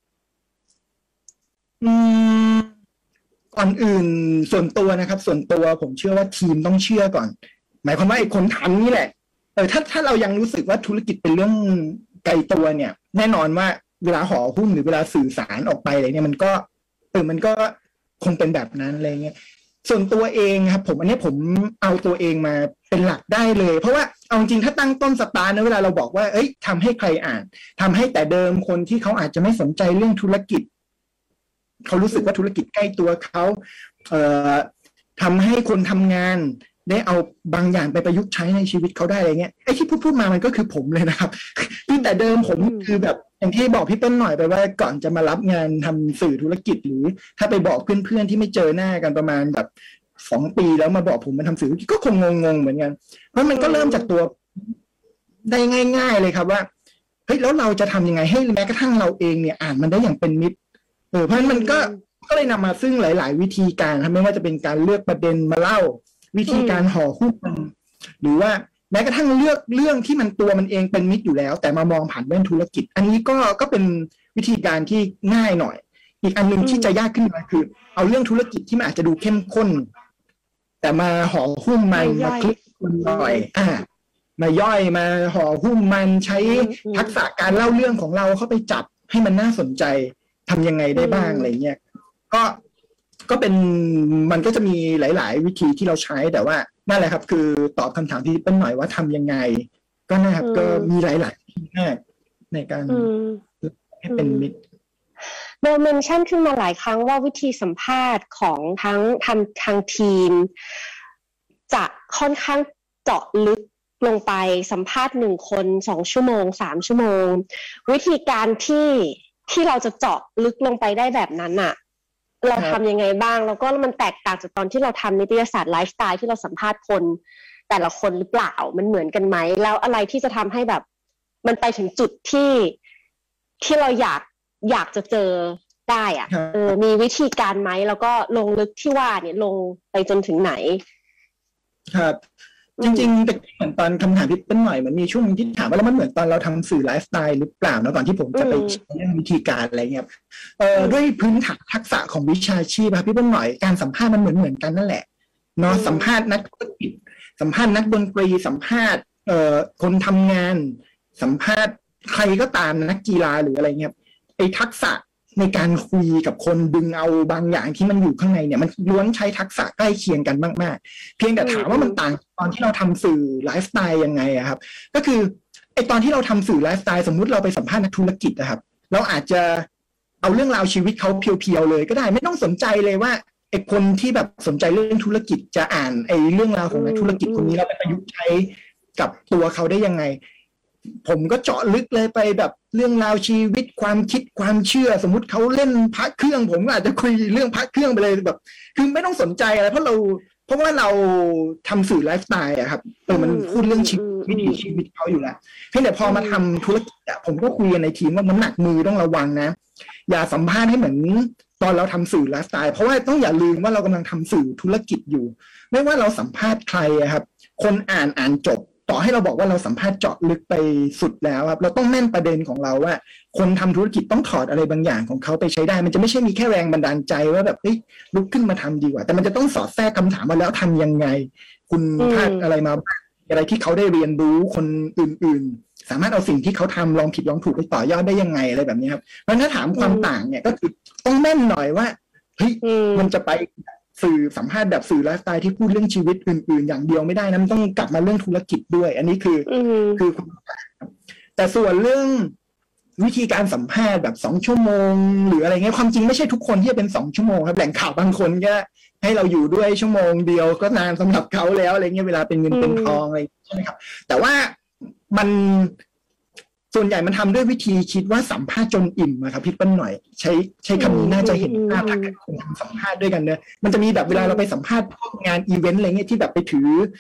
อืมก่อนอื่นส่วนตัวนะครับส่วนตัวผมเชื่อว่าทีมต้องเชื่อก่อนหมายความว่าไอ้คนทำนี่แหละเออถ้าถ้าเรายังรู้สึกว่าธุรกิจเป็นเรื่องไกลตัวเนี่ยแน่นอนว่าเวลาห่อหุ้นหรือเวลาสื่อสารออกไปอะไรเนี่ยมันก็เออมันก็คงเป็นแบบนั้นอะไรเงี้ยส่วนตัวเองครับผมอันนี้ผมเอาตัวเองมาเป็นหลักได้เลยเพราะว่าเอาจริงถ้าตั้งต้นสตาร์ทนะเวลาเราบอกว่าเอ้ยทำให้ใครอ่านทำให้แต่เดิมคนที่เขาอาจจะไม่สนใจเรื่องธุรกิจเขารู้สึกว่าธุรกิจใกล้ตัวเขาเอ่อทำให้คนทำงานได้เอาบางอย่างไปประยุกต์ใช้ในชีวิตเขาได้อะไรเงี้ยไอ้ที่พูดพูดมามันก็คือผมเลยนะครับคือแต่เดิมผมคือแบบอย่างที่บอกพี่เปิ้ลหน่อยไปว่าก่อนจะมารับงานทำสื่อธุรกิจหรือถ้าไปบอกเพื่อนๆที่ไม่เจอหน้ากันประมาณแบบสองปีแล้วมาบอกผมมาทำสื่อธุรกิจก็คงงงๆเหมือนกันเพราะมันก็เริ่มจากตัวได้ง่ายๆเลยครับว่าเฮ้ยแล้วเราจะทำยังไงให้แม้กระทั่งเราเองเนี่ยอ่านมันได้อย่างเป็นมิตรเออเพราะฉะนั้นมันก็ก็เลยนำมาซึ่งหลายๆวิธีการครับไม่ว่าจะเป็นการเลือกประเด็นมาเล่าวิธีการห่อหุ้นหรือว่าแม้กระทั่งเลือกเรื่องที่มันตัวมันเองเป็นมิตรอยู่แล้วแต่มามองผ่านแว่นธุรกิจอันนี้ก็ก็เป็นวิธีการที่ง่ายหน่อยอีกอันนึงที่จะยากขึ้นมาคือเอาเรื่องธุรกิจที่มันอาจจะดูเข้มข้นแต่มาห่อหุ้มมันมาคลิกมันหน่อยอ่ามาย่อยมาห่อหุ้มมันใช้ทักษะการเล่าเรื่องของเราเข้าไปจับให้มันน่าสนใจทำยังไงได้บ้างอะไรเงี้ยก็ก็เป็นมันก็จะมีหลายๆวิธีที่เราใช้แต่ว่านั่นแหละครับคือตอบคำถามที่เปิ้ลหน่อยว่าทำยังไงก็นะครับก็มีหลายๆวิธีมากในการให้เป็นมิตรโดยเมนชั่นขึ้นมาหลายครั้งว่าวิธีสัมภาษณ์ของทั้งทำทางทีมจะค่อนข้างเจาะลึกลงไปสัมภาษณ์หนึ่งคนสองชั่วโมงสามชั่วโมงวิธีการที่ที่เราจะเจาะลึกลงไปได้แบบนั้นอะเราทำยังไงบ้างแล้วก็มันแตกต่างจากตอนที่เราทำนิตยสารไลฟ์สไตล์ที่เราสัมภาษณ์คนแต่ละคนหรือเปล่ามันเหมือนกันไหมแล้วอะไรที่จะทำให้แบบมันไปถึงจุดที่ที่เราอยากอยากจะเจอได้อ่ะเออมีวิธีการไหมแล้วก็ลงลึกที่ว่าเนี่ยลงไปจนถึงไหนครับจริงๆแต่เหมือนตอนคำถามที่เป็นหน่อยมันมีช่วงที่ถามว่าแล้วมันเหมือนตอนเราทำสื่อไลฟ์สไตล์หรือเปล่าเนาะก่อนที่ผมจะไปเรื่องวิธีการอะไรเงี้ยเอ่อด้วยพื้นฐานทักษะของวิชาชีพครับพี่เป็นหน่อยการสัมภาษณ์มันเหมือนเหมือนกันนั่นแหละเนาะสัมภาษณ์นักธุรกิจสัมภาษณ์นักดนตรีสัมภาษณ์เอ่อคนทำงานสัมภาษณ์ใครก็ตามนักกีฬาหรืออะไรเงี้ยไอ้ทักษะในการคุยกับคนดึงเอาบางอย่างที่มันอยู่ข้างในเนี่ยมันล้วนใช้ทักษะใกล้เคียงกันมากๆเพียงแต่ถามว่ามันต่างตอนที่เราทำสื่อไลฟ์สไตล์ยังไงอะครับก็คือไอตอนที่เราทำสื่อไลฟ์สไตล์สมมุติเราไปสัมภาษณ์นักธุรกิจนะครับเราอาจจะเอาเรื่องราวชีวิตเขาเพียวๆเลยก็ได้ไม่ต้องสนใจเลยว่าไอคนที่แบบสนใจเรื่องธุรกิจจะอ่านไอเรื่องราวของนักธุรกิจคนนี้เราไปประยุกต์ใช้กับตัวเขาได้ยังไงผมก็เจาะลึกเลยไปแบบเรื่องราวชีวิตความคิดความเชื่อสมมุติเขาเล่นพระเครื่องผมก็อาจจะคุยเรื่องพระเครื่องไปเลยแบบคือไม่ต้องสนใจอะไรเพราะเราเพราะว่าเราทำสื่อไลฟ์สไตล์อะครับเออมันพูดเรื่องชีวิตวิถีชีวิตเขาอยู่แล้วเพียงแต่พอมาทำธุรกิจอะผมก็คุยกันในทีมว่าน้ำหนักมือต้องระวังนะอย่าสัมภาษณ์ให้เหมือนตอนเราทำสื่อไลฟ์สไตล์เพราะว่าต้องอย่าลืมว่าเรากำลังทำสื่อธุรกิจอยู่ไม่ว่าเราสัมภาษณ์ใครอะครับคนอ่านอ่านจบต่อให้เราบอกว่าเราสัมภาษณ์เจาะลึกไปสุดแล้วครับเราต้องแม่นประเด็นของเราว่าคนทำธุรกิจต้องถอดอะไรบางอย่างของเขาไปใช้ได้มันจะไม่ใช่มีแค่แรงบันดาลใจว่าแบบเฮ้ยลุกขึ้นมาทำดีกว่าแต่มันจะต้องสอดแทรกคำถามมาแล้วทำยังไงคุณพลาดอะไรมาอะไรที่เขาได้เรียนรู้คนอื่นๆสามารถเอาสิ่งที่เขาทำลองผิดลองถูกไปต่อยอดได้ยังไงอะไรแบบนี้ครับเพราะถ้าถามความต่างเนี่ยก็คือต้องแม่นหน่อยว่าเฮ้ยมันจะไปสื่อสัมภาษณ์แบบสื่อไลฟ์สไตล์ที่พูดเรื่องชีวิตอื่นๆอย่างเดียวไม่ได้นะมันต้องกลับมาเรื่องธุรกิจด้วยอันนี้คือคือแต่ส่วนเรื่องวิธีการสัมภาษณ์แบบสองชั่วโมงหรืออะไรเงี้ยความจริงไม่ใช่ทุกคนที่จะเป็นสองชั่วโมงครับแหล่งข่าวบางคนก็ให้เราอยู่ด้วยชั่วโมงเดียวก็นานสำหรับเขาแล้วอะไรเงี้ยเวลาเป็นเงินเป็นทองอะไรใช่ไหมครับแต่ว่ามันส่วนใหญ่มันทำด้วยวิธีคิดว่าสัมภาษณ์จนอิ่มอะครับพี่เปิ้ลหน่อยใช้ใช้คำนี้น่าจะเห็นภาพถ้าเกิดคนทำสัมภาษณ์ด้วยกันเนี่ยมันจะมีแบบเวลาเราไปสัมภาษณ์พวกงานอีเวนต์อะไรเงี้ยที่แบบไปถือ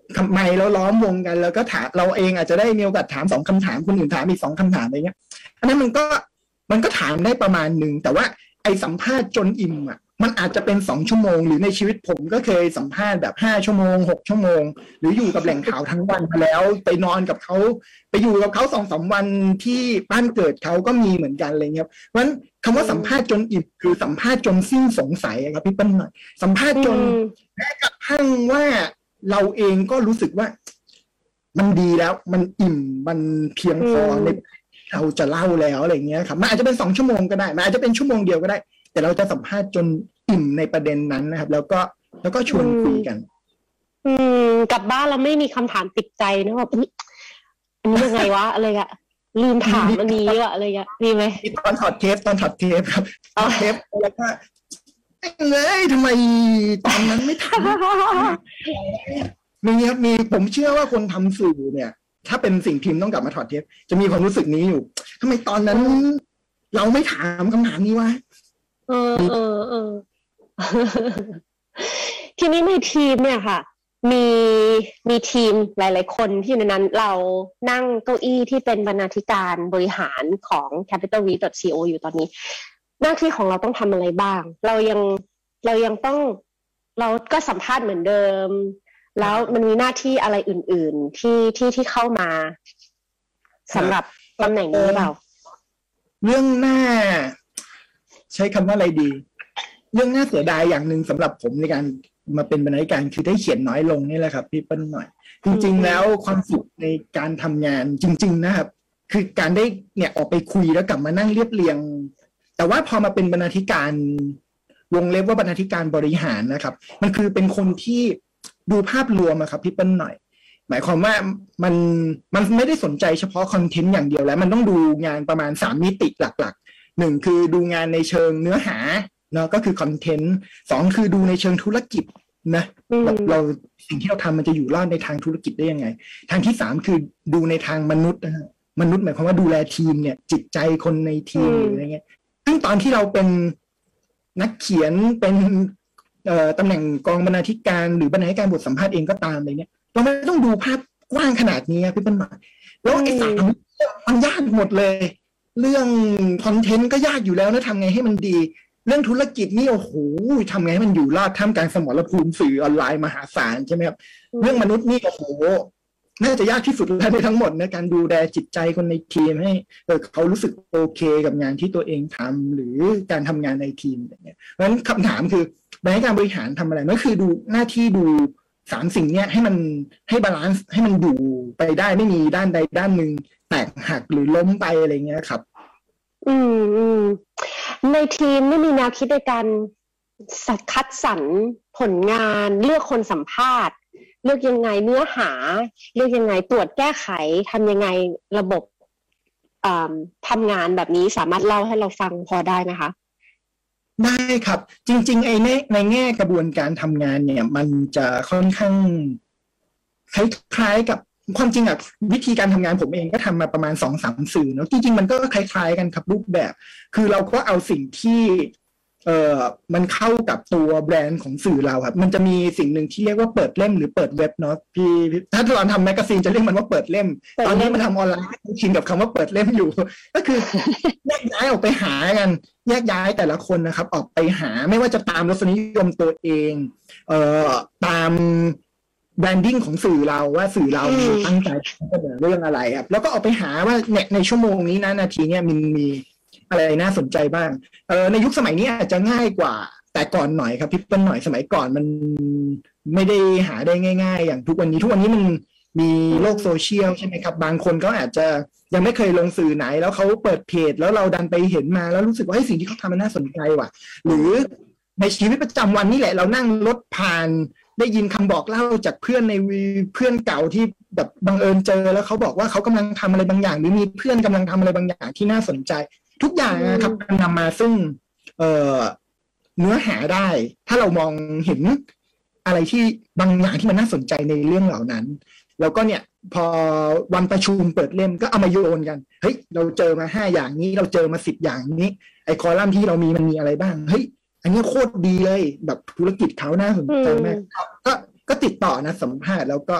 ทำไมเราล้อมวงกันแล้วก็ถามเราเองอาจจะได้มีโอกาสถามสองคำถามคนอื่นถามอีกสองคำถามอะไรเงี้ยอันนั้นมันก็มันก็ถามได้ประมาณหนึ่งแต่ว่าไอ้สัมภาษณ์จนอิ่มอ่ะมันอาจจะเป็นสองชั่วโมงหรือในชีวิตผมก็เคยสัมภาษณ์แบบห้าชั่วโมงหกชั่วโมงหรืออยู่กับแหล่งข่าวทั้งวันมาแล้วไปนอนกับเขาไปอยู่กับเขาสองสามวันที่บ้านเกิดเขาก็มีเหมือนกันอะไรเงี้ยเพราะฉะนั้นคำว่าสัมภาษณ์จนอิ่มคือสัมภาษณ์จนสิ้นสงสัยครับพี่เปิ้ลหน่อยสัมภาษณ์จนแม้กระทั่งว่าเราเองก็รู้สึกว่ามันดีแล้วมันอิ่มมันเพียงพอในเราจะเล่าแล้วอะไรเงี้ยครับมันอาจจะเป็นสองชั่วโมงก็ได้มันอาจจะเป็นชั่วโมงเดียวก็ได้แต่เราจะสัมภาษณ์จนอิ่มในประเด็นนั้นนะครับแล้วก็แล้วก็ชวนคุยกันอืมกลับบ้านเราไม่มีคำถามติดใจนะว่าอันนี้ยังไงวะอะไรอะลืมถามอันนี้วะอะไรอะมีไหมตอนถอดเทปตอนถอดเทปครับถอดเทปแล้วก็เอ้ยทำไมตอนนั้นไม่ทำมีครับมีผมเชื่อว่าคนทำสื่อเนี่ยถ้าเป็นสิ่งพิมพ์ต้องกลับมาถอดเทปจะมีความรู้สึกนี้อยู่ทำไมตอนนั้นเราไม่ถามคำถามนี้วะเออเออเออทีนี้ในทีมเนี่ยค่ะมีมีทีมหลายๆคนที่อยู่ในนั้นเรานั่งเก้าอี้ที่เป็นบรรณาธิการบริหารของ แคปิตอล วีค ดอท ซี โอ อยู่ตอนนี้หน้าที่ของเราต้องทำอะไรบ้างเรายังเรายังต้องเราก็สัมภาษณ์เหมือนเดิมแล้วมันมีหน้าที่อะไรอื่นๆที่ที่ที่เข้ามาสำหรับตำแหน่งนี้เราเรื่องหน้าใช้คำว่าอะไรดีเรื่องน่าเสียดายอย่างหนึ่งสำหรับผมในการมาเป็นบรรณาธิการคือได้เขียนน้อยลงนี่แหละครับพี่เปิ้ลหน่อยจริงๆแล้วความสุขในการทำงานจริงๆนะครับคือการได้เนี่ยออกไปคุยแล้วกลับมานั่งเรียบเรียงแต่ว่าพอมาเป็นบรรณาธิการวงเล็บว่าบรรณาธิการบริหารนะครับมันคือเป็นคนที่ดูภาพรวมอะครับพี่เปิ้ลหน่อยหมายความว่ามันมันไม่ได้สนใจเฉพาะคอนเทนต์อย่างเดียวแล้วมันต้องดูงานประมาณสามมิติหลักๆหนึ่งคือดูงานในเชิงเนื้อหาเนาะก็คือคอนเทนต์สองคือดูในเชิงธุรกิจนะเราสิ่งที่เราทำมันจะอยู่รอดในทางธุรกิจได้ยังไงทางที่สามคือดูในทางมนุษย์นะฮะมนุษย์หมายความว่าดูแลทีมเนี่ยจิตใจคนในทีมหรืออะไรเงี้ยซึ่งตอนที่เราเป็นนักเขียนเป็นเอ่อตำแหน่งกองบรรณาธิการหรือบรรณาธิการบทสัมภาษณ์เองก็ตามอะไรเงี้ยเราไม่ต้องดูภาพกว้างขนาดนี้พี่เปิ้ลหน่อยแล้วไอ้สามมันยากหมดเลยเรื่องคอนเทนต์ก็ยากอยู่แล้วนะทำไงให้มันดีเรื่องธุรกิจนี่โอ้โหทำไงให้มันอยู่รอดท่ามกลางสมรภูมิสื่อออนไลน์มหาศาลใช่ไหมครับเรื่องมนุษย์นี่โอ้โหน่าจะยากที่สุดแล้วในทั้งหมดในการดูแลจิตใจคนในทีมให้เออเขารู้สึกโอเคกับงานที่ตัวเองทำหรือการทำงานในทีมอย่างเงี้ยเพราะฉะนั้นคำถามคือบรรณาธิการบริหารทำอะไรนั่นคือดูหน้าที่ดูสามสิ่งเนี้ยให้มันให้บาลานซ์ให้มันอยู่ไปได้ไม่มีด้านใดด้านหนึ่งแตกหักหรือล้มไปอะไรเงี้ยครับอืมอืมในทีมไม่มีแนวคิดในการคัดสรรผลงานเลือกคนสัมภาษณ์เลือกยังไงเนื้อหาเลือกยังไงตรวจแก้ไขทำยังไงระบบทำงานแบบนี้สามารถเล่าให้เราฟังพอได้ไหมคะได้ครับจริงๆไอ้ในในแง่กระบวนการทำงานเนี่ยมันจะค่อนข้างคล้ายๆกับความจริงอะวิธีการทำงานผมเองก็ทำมาประมาณ สองถึงสาม สื่อเนาะจริงๆมันก็คล้ายๆกันครับรูปแบบคือเราก็เอาสิ่งที่เอ่อมันเข้ากับตัวแบรนด์ของสื่อเราครับมันจะมีสิ่งหนึ่งที่เรียกว่าเปิดเล่มหรือเปิดเว็บเนาะพี่ถ้าตอนทำแมกกาซีนจะเรียกมันว่าเปิดเล่มตอนนี้มันทำออนไลน์ชินกับคำว่าเปิดเล่มอยู่ก็คือแยกย้ายออกไปหากันแยกย้ายแต่ละคนนะครับออกไปหาไม่ว่าจะตามรสนิยมตัวเองเอ่อตามแบรนดิ้งของสื่อเราว่าสื่อเราตั้งใจเสนอเรื่องอะไรครับแล้วก็ออกไปหาว่าเนี่ยในชั่วโมงนี้นะนาทีเนี้ยมันมีอะไรน่าสนใจบ้างเออในยุคสมัยนี้อาจจะง่ายกว่าแต่ก่อนหน่อยครับพี่เปิ้ลหน่อยสมัยก่อนมันไม่ได้หาได้ง่ายๆอย่างทุกวันนี้ทุกวันนี้มันมีโลกโซเชียลใช่ไหมครับบางคนก็อาจจะยังไม่เคยลงสื่อไหนแล้วเขาเปิดเพจแล้วเราดันไปเห็นมาแล้วรู้สึกว่าสิ่งที่เขาทำมันน่าสนใจว่ะหรือในชีวิตประจำวันนี่แหละเรานั่งรถผ่านได้ยินคำบอกเล่าจากเพื่อนในเพื่อนเก่าที่แบบบังเอิญเจอแล้วเขาบอกว่าเขากำลังทำอะไรบางอย่างหรือมีเพื่อนกำลังทำอะไรบางอย่างที่น่าสนใจทุกอย่างนะครับนำมาซึ่งเอ่อเนื้อหาได้ถ้าเรามองเห็นอะไรที่บางอย่างที่มันน่าสนใจในเรื่องเหล่านั้นแล้วก็เนี่ยพอวันประชุมเปิดเล่มก็เอามาโยนกันเฮ้ยเราเจอมาห้าอย่างนี้เราเจอมาสิบอย่างนี้ไอ้คอลัมน์ที่เรามีมันมีอะไรบ้างเฮ้ยอันนี้โคตรดีเลยแบบธุรกิจเขาน่าสนใจมากก็ก็ติดต่อนะสัมภาษณ์แล้วก็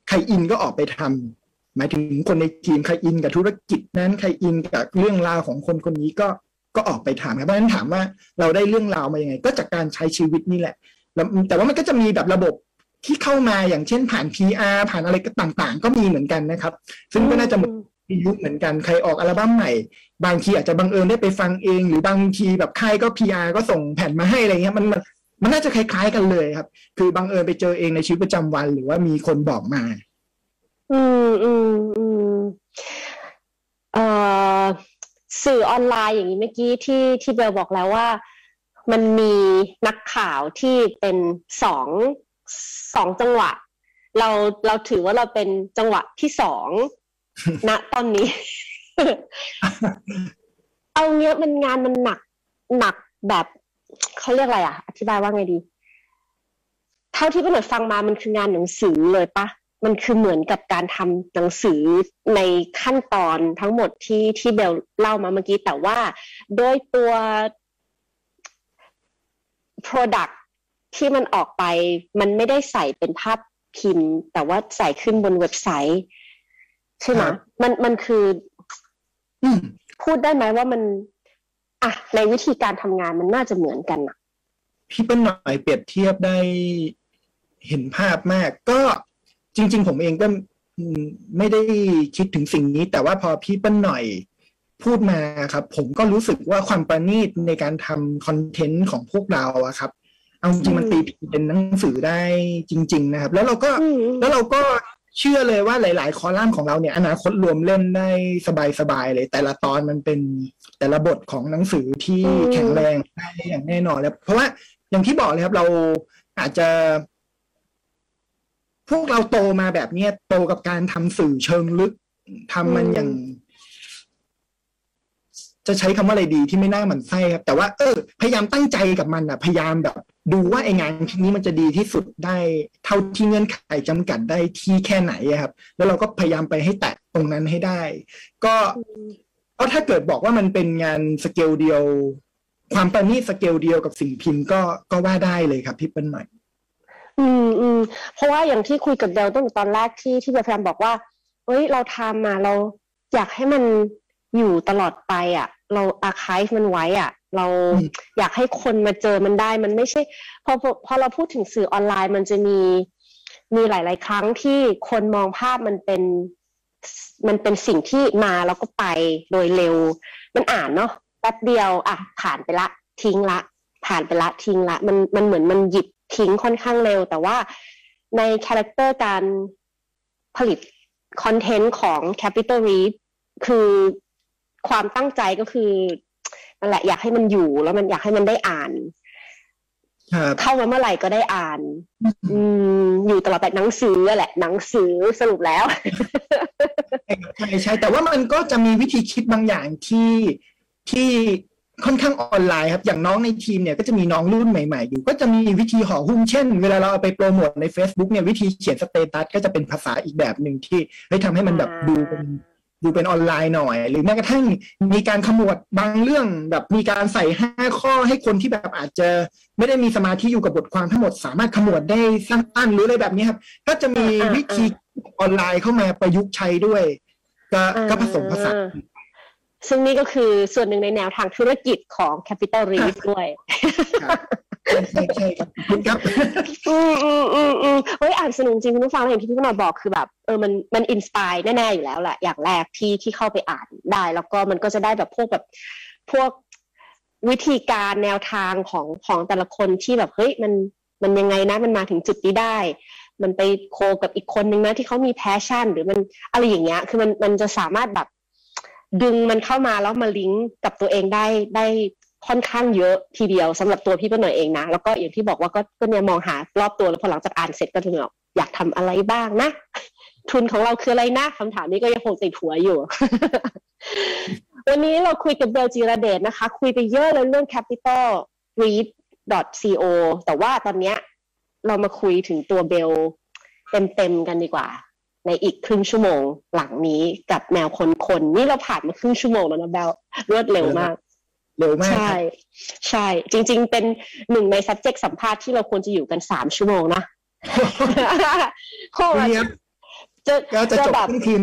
ใครอินก็ออกไปทำหมายถึงคนในทีมใครอินกับธุรกิจนั้นใครอินกับเรื่องราวของคนคนนี้ก็ก็ออกไปทำครับเพราะฉะนั้นถามว่าเราได้เรื่องราวมายังไงก็จากการใช้ชีวิตนี่แหละแล้วแต่ว่ามันก็จะมีแบบระบบที่เข้ามาอย่างเช่นผ่าน พี อาร์ ผ่านอะไรก็ต่างๆก็มีเหมือนกันนะครับซึ่งก็น่าจะมียุคเหมือนกันใครออกอัลบั้มใหม่บางทีอาจจะบังเอิญได้ไปฟังเองหรือบางทีแบบค่ายก็ พี อาร์ ก็ส่งแผ่นมาให้อะไรเงี้ยมันมันมันน่าจะคล้ายๆกันเลยครับคือบังเอิญไปเจอเองในชีวิตประจำวันหรือว่ามีคนบอกมาอืมอืมอืมเอ่อสื่อออนไลน์อย่างนี้เมื่อกี้ที่ที่เบลบอกแล้วว่ามันมีนักข่าวที่เป็นสองสองจังหวะเราเราถือว่าเราเป็นจังหวะที่สอง ณตอนนี้ เอาเงี้ยมันงานมันหนักหนักแบบเขาเรียกอะไรอ่ะอธิบายว่าไงดีเท่าที่ป้าหน่อยฟังมามันคืองานหนังสือเลยปะมันคือเหมือนกับการทำหนังสือในขั้นตอนทั้งหมดที่ที่เบลเล่ามาเมื่อกี้แต่ว่าโดยตัว product ที่มันออกไปมันไม่ได้ใส่เป็นภาพพิมพ์แต่ว่าใส่ขึ้นบนเว็บไซต์ใช่ไหมมันมันคือพูดได้ไหมว่ามันอ่ะในวิธีการทำงานมันน่าจะเหมือนกันอ่ะพี่เปิ้ลหน่อยเปรียบเทียบได้เห็นภาพมากก็จริงๆผมเองก็ไม่ได้คิดถึงสิ่งนี้แต่ว่าพอพี่เปิ้ลหน่อยพูดมาครับผมก็รู้สึกว่าความประณีตในการทำคอนเทนต์ของพวกเราอะครับเอาจริงมันตีพิมพ์เป็นหนังสือได้จริงๆนะครับแล้วเราก็แล้วเราก็เชื่อเลยว่าหลายๆคอลัมน์ของเราเนี่ยอนาคตรวมเล่นได้สบายๆเลยแต่ละตอนมันเป็นแต่ละบทของหนังสือที่แข็งแรงได้อย่างแน่นอนแล้วเพราะว่าอย่างที่บอกเลยครับเราอาจจะพวกเราโตมาแบบนี้โตกับการทำสื่อเชิงลึกทำมันอย่างจะใช้คำว่าอะไรดีที่ไม่น่าหมั่นไส้ครับแต่ว่าเออพยายามตั้งใจกับมันอ่ะพยายามแบบดูว่าไอ้งานชิ้นนี้มันจะดีที่สุดได้เท่าที่เงื่อนไขจำกัดได้ที่แค่ไหนครับแล้วเราก็พยายามไปให้แตะตรงนั้นให้ได้ก็ก็ถ้าเกิดบอกว่ามันเป็นงานสเกลเดียวความประณีตสเกลเดียวกับสิ่งพิมพ์ก็ก็ว่าได้เลยครับพี่เปิ้ลหน่อยอืมอืมเพราะว่าอย่างที่คุยกับเดลตั้งแต่ตอนแรกที่ที่พยายามบอกว่าเฮ้ยเราทำมาเราอยากให้มันอยู่ตลอดไปอ่ะเราอาร์ไคฟ์มันไว้อ่ะเราอยากให้คนมาเจอมันได้มันไม่ใช่พอพอเราพูดถึงสื่อออนไลน์มันจะมีมีหลายๆครั้งที่คนมองภาพมันเป็นมันเป็นสิ่งที่มาแล้วก็ไปโดยเร็วมันอ่านเนาะแป๊บเดียวอ่ะผ่านไปละทิ้งละผ่านไปละทิ้งละมันมันเหมือนมันหยิบทิ้งค่อนข้างเร็วแต่ว่าในคาแรคเตอร์การผลิตคอนเทนต์ของ Capital Read คือความตั้งใจก็คือนั่นแหละอยากให้มันอยู่แล้วมันอยากให้มันได้อ่านเข้ามาเมื่อไหร่ก็ได้อ่านอืมอยู่ตลอดแต่หนังสือแหละหนังสือสรุปแล้วใช่ใช่แต่ว่ามันก็จะมีวิธีคิดบางอย่างที่ที่ค่อนข้างออนไลน์ครับอย่างน้องในทีมเนี่ยก็จะมีน้องรุ่นใหม่ๆอยู่ก็จะมีวิธีห่อหุ้มเช่นเวลาเราเอาไปโปรโมทใน Facebook เนี่ยวิธีเขียนสเตตัสก็จะเป็นภาษาอีกแบบหนึ่งที่ให้ทำให้มันแบบดูเป็นดูเป็นออนไลน์หน่อยหรือแม้กระทั่งมีการขมวดบางเรื่องแบบมีการใส่ห้าข้อให้คนที่แบบอาจจะไม่ได้มีสมาธิอยู่กับบทความทั้งหมดสามารถขมวดได้สั้นๆหรืออะไรแบบนี้ครับก็จะมีวิธีออนไลน์เข้ามาประยุกต์ใช้ด้วยก็ก็ผสมผสานซึ่งนี่ก็คือส่วนหนึ่งในแนวทางธุรกิจของ Capital Read ด้วยใช่ใช่ครับคุณครับอืมอืมอืมอืมเฮ้ยอ่านสนุกจริงคุณผู้ฟังอย่างที่พี่มาบอกคือแบบเออมันมันอินสปายแน่ๆอยู่แล้วแหละอย่างแรกที่ที่เข้าไปอ่านได้แล้วก็มันก็จะได้แบบพวกแบบพวกวิธีการแนวทางของของแต่ละคนที่แบบเฮ้ยมันมันยังไงนะมันมาถึงจุดนี้ได้มันไปโคกับอีกคนนึงนะที่เขามีแพชชั่นหรือมันอะไรอย่างเงี้ยคือมันมันจะสามารถแบบดึงมันเข้ามาแล้วมาลิงก์กับตัวเองได้ได้ค่อนข้างเยอะทีเดียวสำหรับตัวพี่เปิ้ลหน่อยเองนะแล้วก็อย่างที่บอกว่าก็ก็เนี่ยมองหารอบตัวแล้วพอหลังจากอ่านเสร็จก็จะแบบอยากทำอะไรบ้างนะทุนของเราคืออะไรนะคำถามนี้ก็ยังคงติดหัวอยู่ วันนี้เราคุยกับเบลจิรเดชนะคะคุยไปเยอะเลยเรื่อง capital read co แต่ว่าตอนเนี้ยเรามาคุยถึงตัวเบลเต็มๆกันดีกว่าในอีกครึ่งชั่วโมงหลังนี้กับแนวคนๆนี่เราผ่านมาครึ่งชั่วโมงแล้วนะเบลรวดเร็วมากเร็วมากใช่ใช่จริงๆเป็นหนึ่งใน subject สัมภาษณ์ที่เราควรจะอยู่กันสามชั่วโมงนะโคตรจะก็จะจบทั้งทีม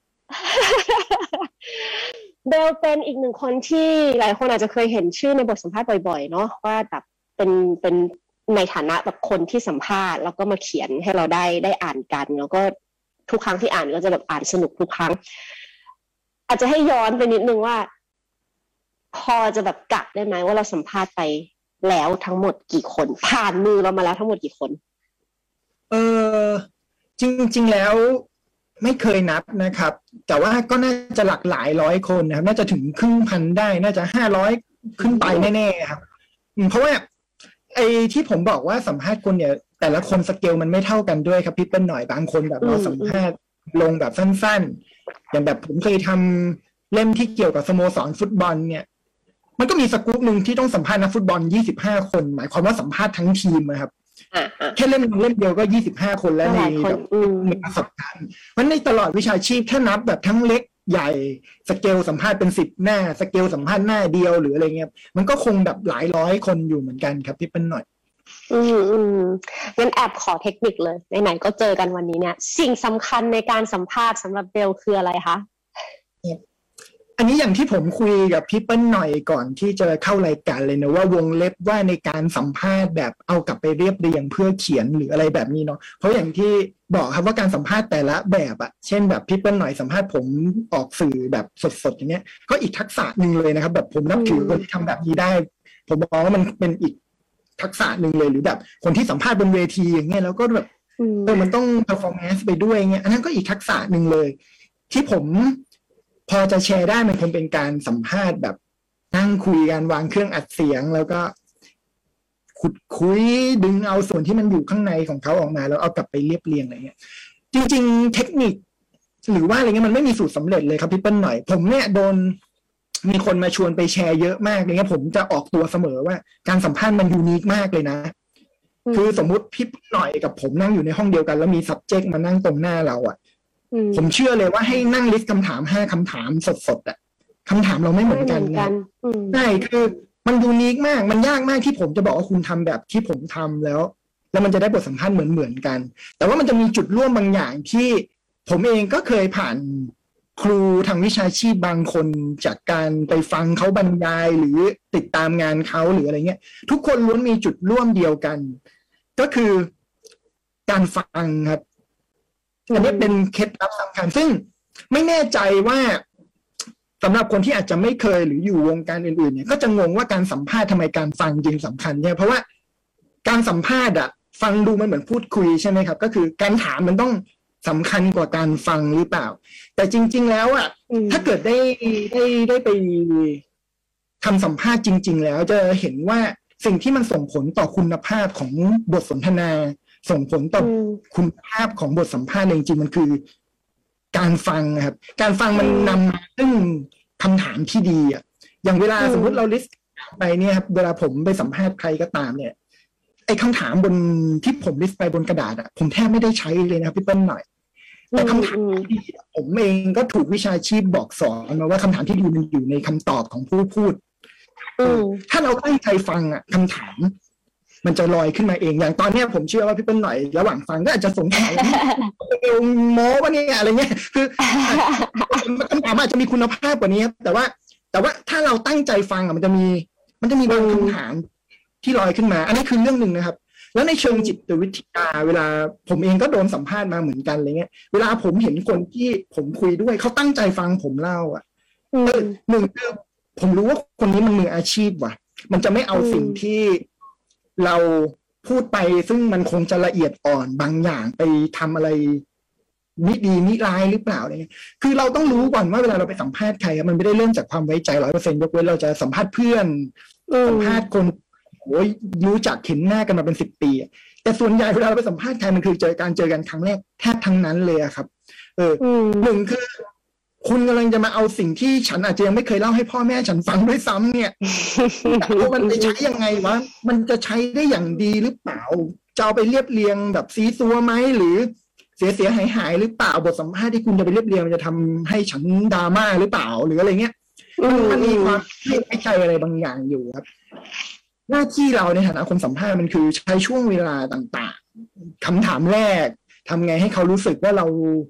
เบลเป็นอีกหนึ่งคนที่หลายคนอาจจะเคยเห็นชื่อในบทสัมภาษณ์บ่อยๆเนาะว่าแบบเป็นเป็นในฐานะแบบคนที่สัมภาษณ์แล้วก็มาเขียนให้เราได้ได้อ่านกันแล้วก็ทุกครั้งที่อ่านก็จะแบบอ่านสนุกทุกครั้งอาจจะให้ย้อนไปนิดนึงว่าพอจะแบบกะได้ไหมว่าเราสัมภาษณ์ไปแล้วทั้งหมดกี่คนผ่านมือเรามาแล้วทั้งหมดกี่คนเออจริงๆแล้วไม่เคยนับนะครับแต่ว่าก็น่าจะหลักหลายร้อยคนนะครับน่าจะถึงครึ่งพันได้น่าจะห้าร้อยขึ้นไปแน่ๆครับเพราะว่าไอ้ที่ผมบอกว่าสัมภาษณ์คนเนี่ยแต่ละคนสเกลมันไม่เท่ากันด้วยครับพี่เปิ้ลหน่อยบางคนแบบเราสัมภาษณ์ลงแบบสั้นๆอย่างแบบผมเคยทำเล่มที่เกี่ยวกับสโมสรฟุตบอลเนี่ยมันก็มีสกู๊ปหนึ่งที่ต้องสัมภาษณ์นักฟุตบอลยี่สิบห้าคนหมายความว่าสัมภาษณ์ทั้งทีมนะครับแค่เล่มเล่มเดียวก็ยี่สิบห้าคนแล้วในแบบมีประสบการณ์มันในตลอดวิชาชีพถ้านับแบบทั้งเล็กใหญ่สเกลสัมภาษณ์เป็นสิบหน้าสเกลสัมภาษณ์หน้าเดียวหรืออะไรเงี้ยมันก็คงแบบหลายร้อยคนอยู่เหมือนกันครับพี่เปิ้ลหน่อยอืมอืมงั้นแอบขอเทคนิคเลยไหนๆก็เจอกันวันนี้เนี่ยสิ่งสำคัญในการสัมภาษณ์สำหรับเบลคืออะไรคะอันนี้อย่างที่ผมคุยกับพี่เปิ้ลหน่อยก่อนที่จะเข้ารายการเลยนะว่าวงเล็บว่าในการสัมภาษณ์แบบเอากลับไปเรียบเรียงเพื่อเขียนหรืออะไรแบบนี้เนาะเพราะอย่างที่บอกครับว่าการสัมภาษณ์แต่ละแบบอะเช่นแบบพี่เปิ้ลหน่อยสัมภาษณ์ผมออกสื่อแบบสดๆอย่างเงี้ยก็อีกทักษะหนึ่งเลยนะครับแบบผมนับถือคนที่ทำแบบนี้ได้ผมมองว่ามันเป็นอีกทักษะหนึ่งเลยหรือแบบคนที่สัมภาษณ์บนเวทีอย่างเงี้ยแล้วก็แบบเออมันต้อง performance ไปด้วยเงี้ยอันนั้นก็อีกทักษะหนึ่งเลยที่ผมพอจะแชร์ได้มันคงเป็นการสัมภาษณ์แบบนั่งคุยกันวางเครื่องอัดเสียงแล้วก็ขุดคุยดึงเอาส่วนที่มันอยู่ข้างในของเขาออกมาแล้วเอากลับไปเรียบเรียงอะไรเงี้ยจริงๆเทคนิคหรือว่าอะไรเงี้ยมันไม่มีสูตรสำเร็จเลยครับพี่เปิ้ลหน่อยผมเนี่ยโดนมีคนมาชวนไปแชร์เยอะมากเลยเงี้ยผมจะออกตัวเสมอว่าการสัมภาษณ์มันยูนิคมากเลยนะคือสมมุติพี่หน่อยกับผมนั่งอยู่ในห้องเดียวกันแล้วมี subject มานั่งตรงหน้าเราอ่ะผมเชื่อเลยว่าให้นั่งลิสต์คำถามห้าคำถามสดๆอ่ะคำถามเราไม่เหมือนกันนะใช่คือมันยูนิคมากมันยากมากที่ผมจะบอกว่าคุณทำแบบที่ผมทำแล้วแล้วมันจะได้บทสัมภาษณ์เหมือนๆกันแต่ว่ามันจะมีจุดร่วมบางอย่างที่ผมเองก็เคยผ่านครูทางวิชาชีพบางคนจากการไปฟังเขาบรรยายหรือติดตามงานเขาหรืออะไรเงี้ยทุกคนล้วนมีจุดร่วมเดียวกันก็คือการฟังครับอันนี้เป็นเคล็ดลับสำคัญซึ่งไม่แน่ใจว่าสำหรับคนที่อาจจะไม่เคยหรืออยู่วงการอื่นๆเนี่ยก็จะงงว่าการสัมภาษณ์ทำไมการฟังจริงสำคัญเนี่ยเพราะว่าการสัมภาษณ์อะฟังดูมันเหมือนพูดคุยใช่ไหมครับก็คือการถามมันต้องสำคัญกว่าการฟังหรือเปล่าแต่จริงๆแล้วอะถ้าเกิดได้ได้ได้ไปทำสัมภาษณ์จริงๆแล้วจะเห็นว่าสิ่งที่มันส่งผลต่อคุณภาพของบทสนทนาส่งผลต่อคุณภาพของบทสัมภาษณ์จริงๆมันคือการฟังครับการฟังมันนำมาซึ่งคำถามที่ดีอ่ะอย่างเวลาสมมติเราลิสต์ไปเนี่ยครับเวลาผมไปสัมภาษณ์ใครก็ตามเนี่ยไอ้คำถามบนที่ผมลิสต์ไปบนกระดาษอ่ะผมแทบไม่ได้ใช้เลยนะพี่เปิ้ลหน่อยแต่คำถามที่ดีผมเองก็ถูกวิชาชีพบอกสอนมาว่าคำถามที่ดีมันอยู่ในคำตอบของผู้พูดถ้าเราตั้งใจฟังอ่ะคำถามมันจะลอยขึ้นมาเองอย่างตอนนี้ผมเชื่อว่าพี่เปิ้ลหน่อยระหว่างฟังก็อาจจะสงสัยเอวโม้ว่าเนี่ยอะไรเงี้ยคือคำถามอาจจะมีคุณภาพกว่านี้ครับแต่ว่าแต่ว่าถ้าเราตั้งใจฟังอ่ะมันจะมีมันจะมีบางคำถามที่ลอยขึ้นมาอันนี้คือเรื่องหนึ่งนะครับแล้วในเชิงจิตวิทยาเวลาผมเองก็โดนสัมภาษณ์มาเหมือนกันอะไรเงี้ยเวลาผมเห็นคนที่ผมคุยด้วยเขาตั้งใจฟังผมเล่าอ่ะหนึ่งคือผมรู้ว่าคนนี้มันมืออาชีพว่ะมันจะไม่เอาสิ่งที่เราพูดไปซึ่งมันคงจะละเอียดอ่อนบางอย่างไปทำอะไรมิดีมิร้ายหรือเปล่าอะไรเงี้ยคือเราต้องรู้ก่อนว่าเวลาเราไปสัมภาษณ์ใครมันไม่ได้เริ่มจากความไว้ใจร้อยเปอร์เซ็นต์ยกเว้นเราจะสัมภาษณ์เพื่อนสัมภาษณ์คนโอ้ยรู้จักเห็นหน้ากันมาเป็นสิบปีแต่ส่วนใหญ่เวลาเราไปสัมภาษณ์ใครมันคือเจอการเจอกันครั้งแรกแทบทั้งนั้นเลยครับเออหนึ่งคือคุณกำลังจะมาเอาสิ่งที่ฉันอาจจะยังไม่เคยเล่าให้พ่อแม่ฉันฟังด้วยซ้ำเนี่ยว่ามันไปใช้ยังไงวะมันจะใช้ได้อย่างดีหรือเปล่าจะเอาไปเรียบเรียงแบบซีซัวไหมหรือเสียเสียหายหายหรือเปล่าบทสัมภาษณ์ที่คุณจะไปเรียบเรียงมันจะทำให้ฉันดราม่าหรือเปล่าหรืออะไรเงี้ยมันมีความไม่ใช่อะไรบางอย่างอยู่ครับหน้าที่เราในฐานะคนสัมภาษณ์มันคือใช้ช่วงเวลาต่างๆคำถามแรกทำไงให้เขารู้สึกว่าเรา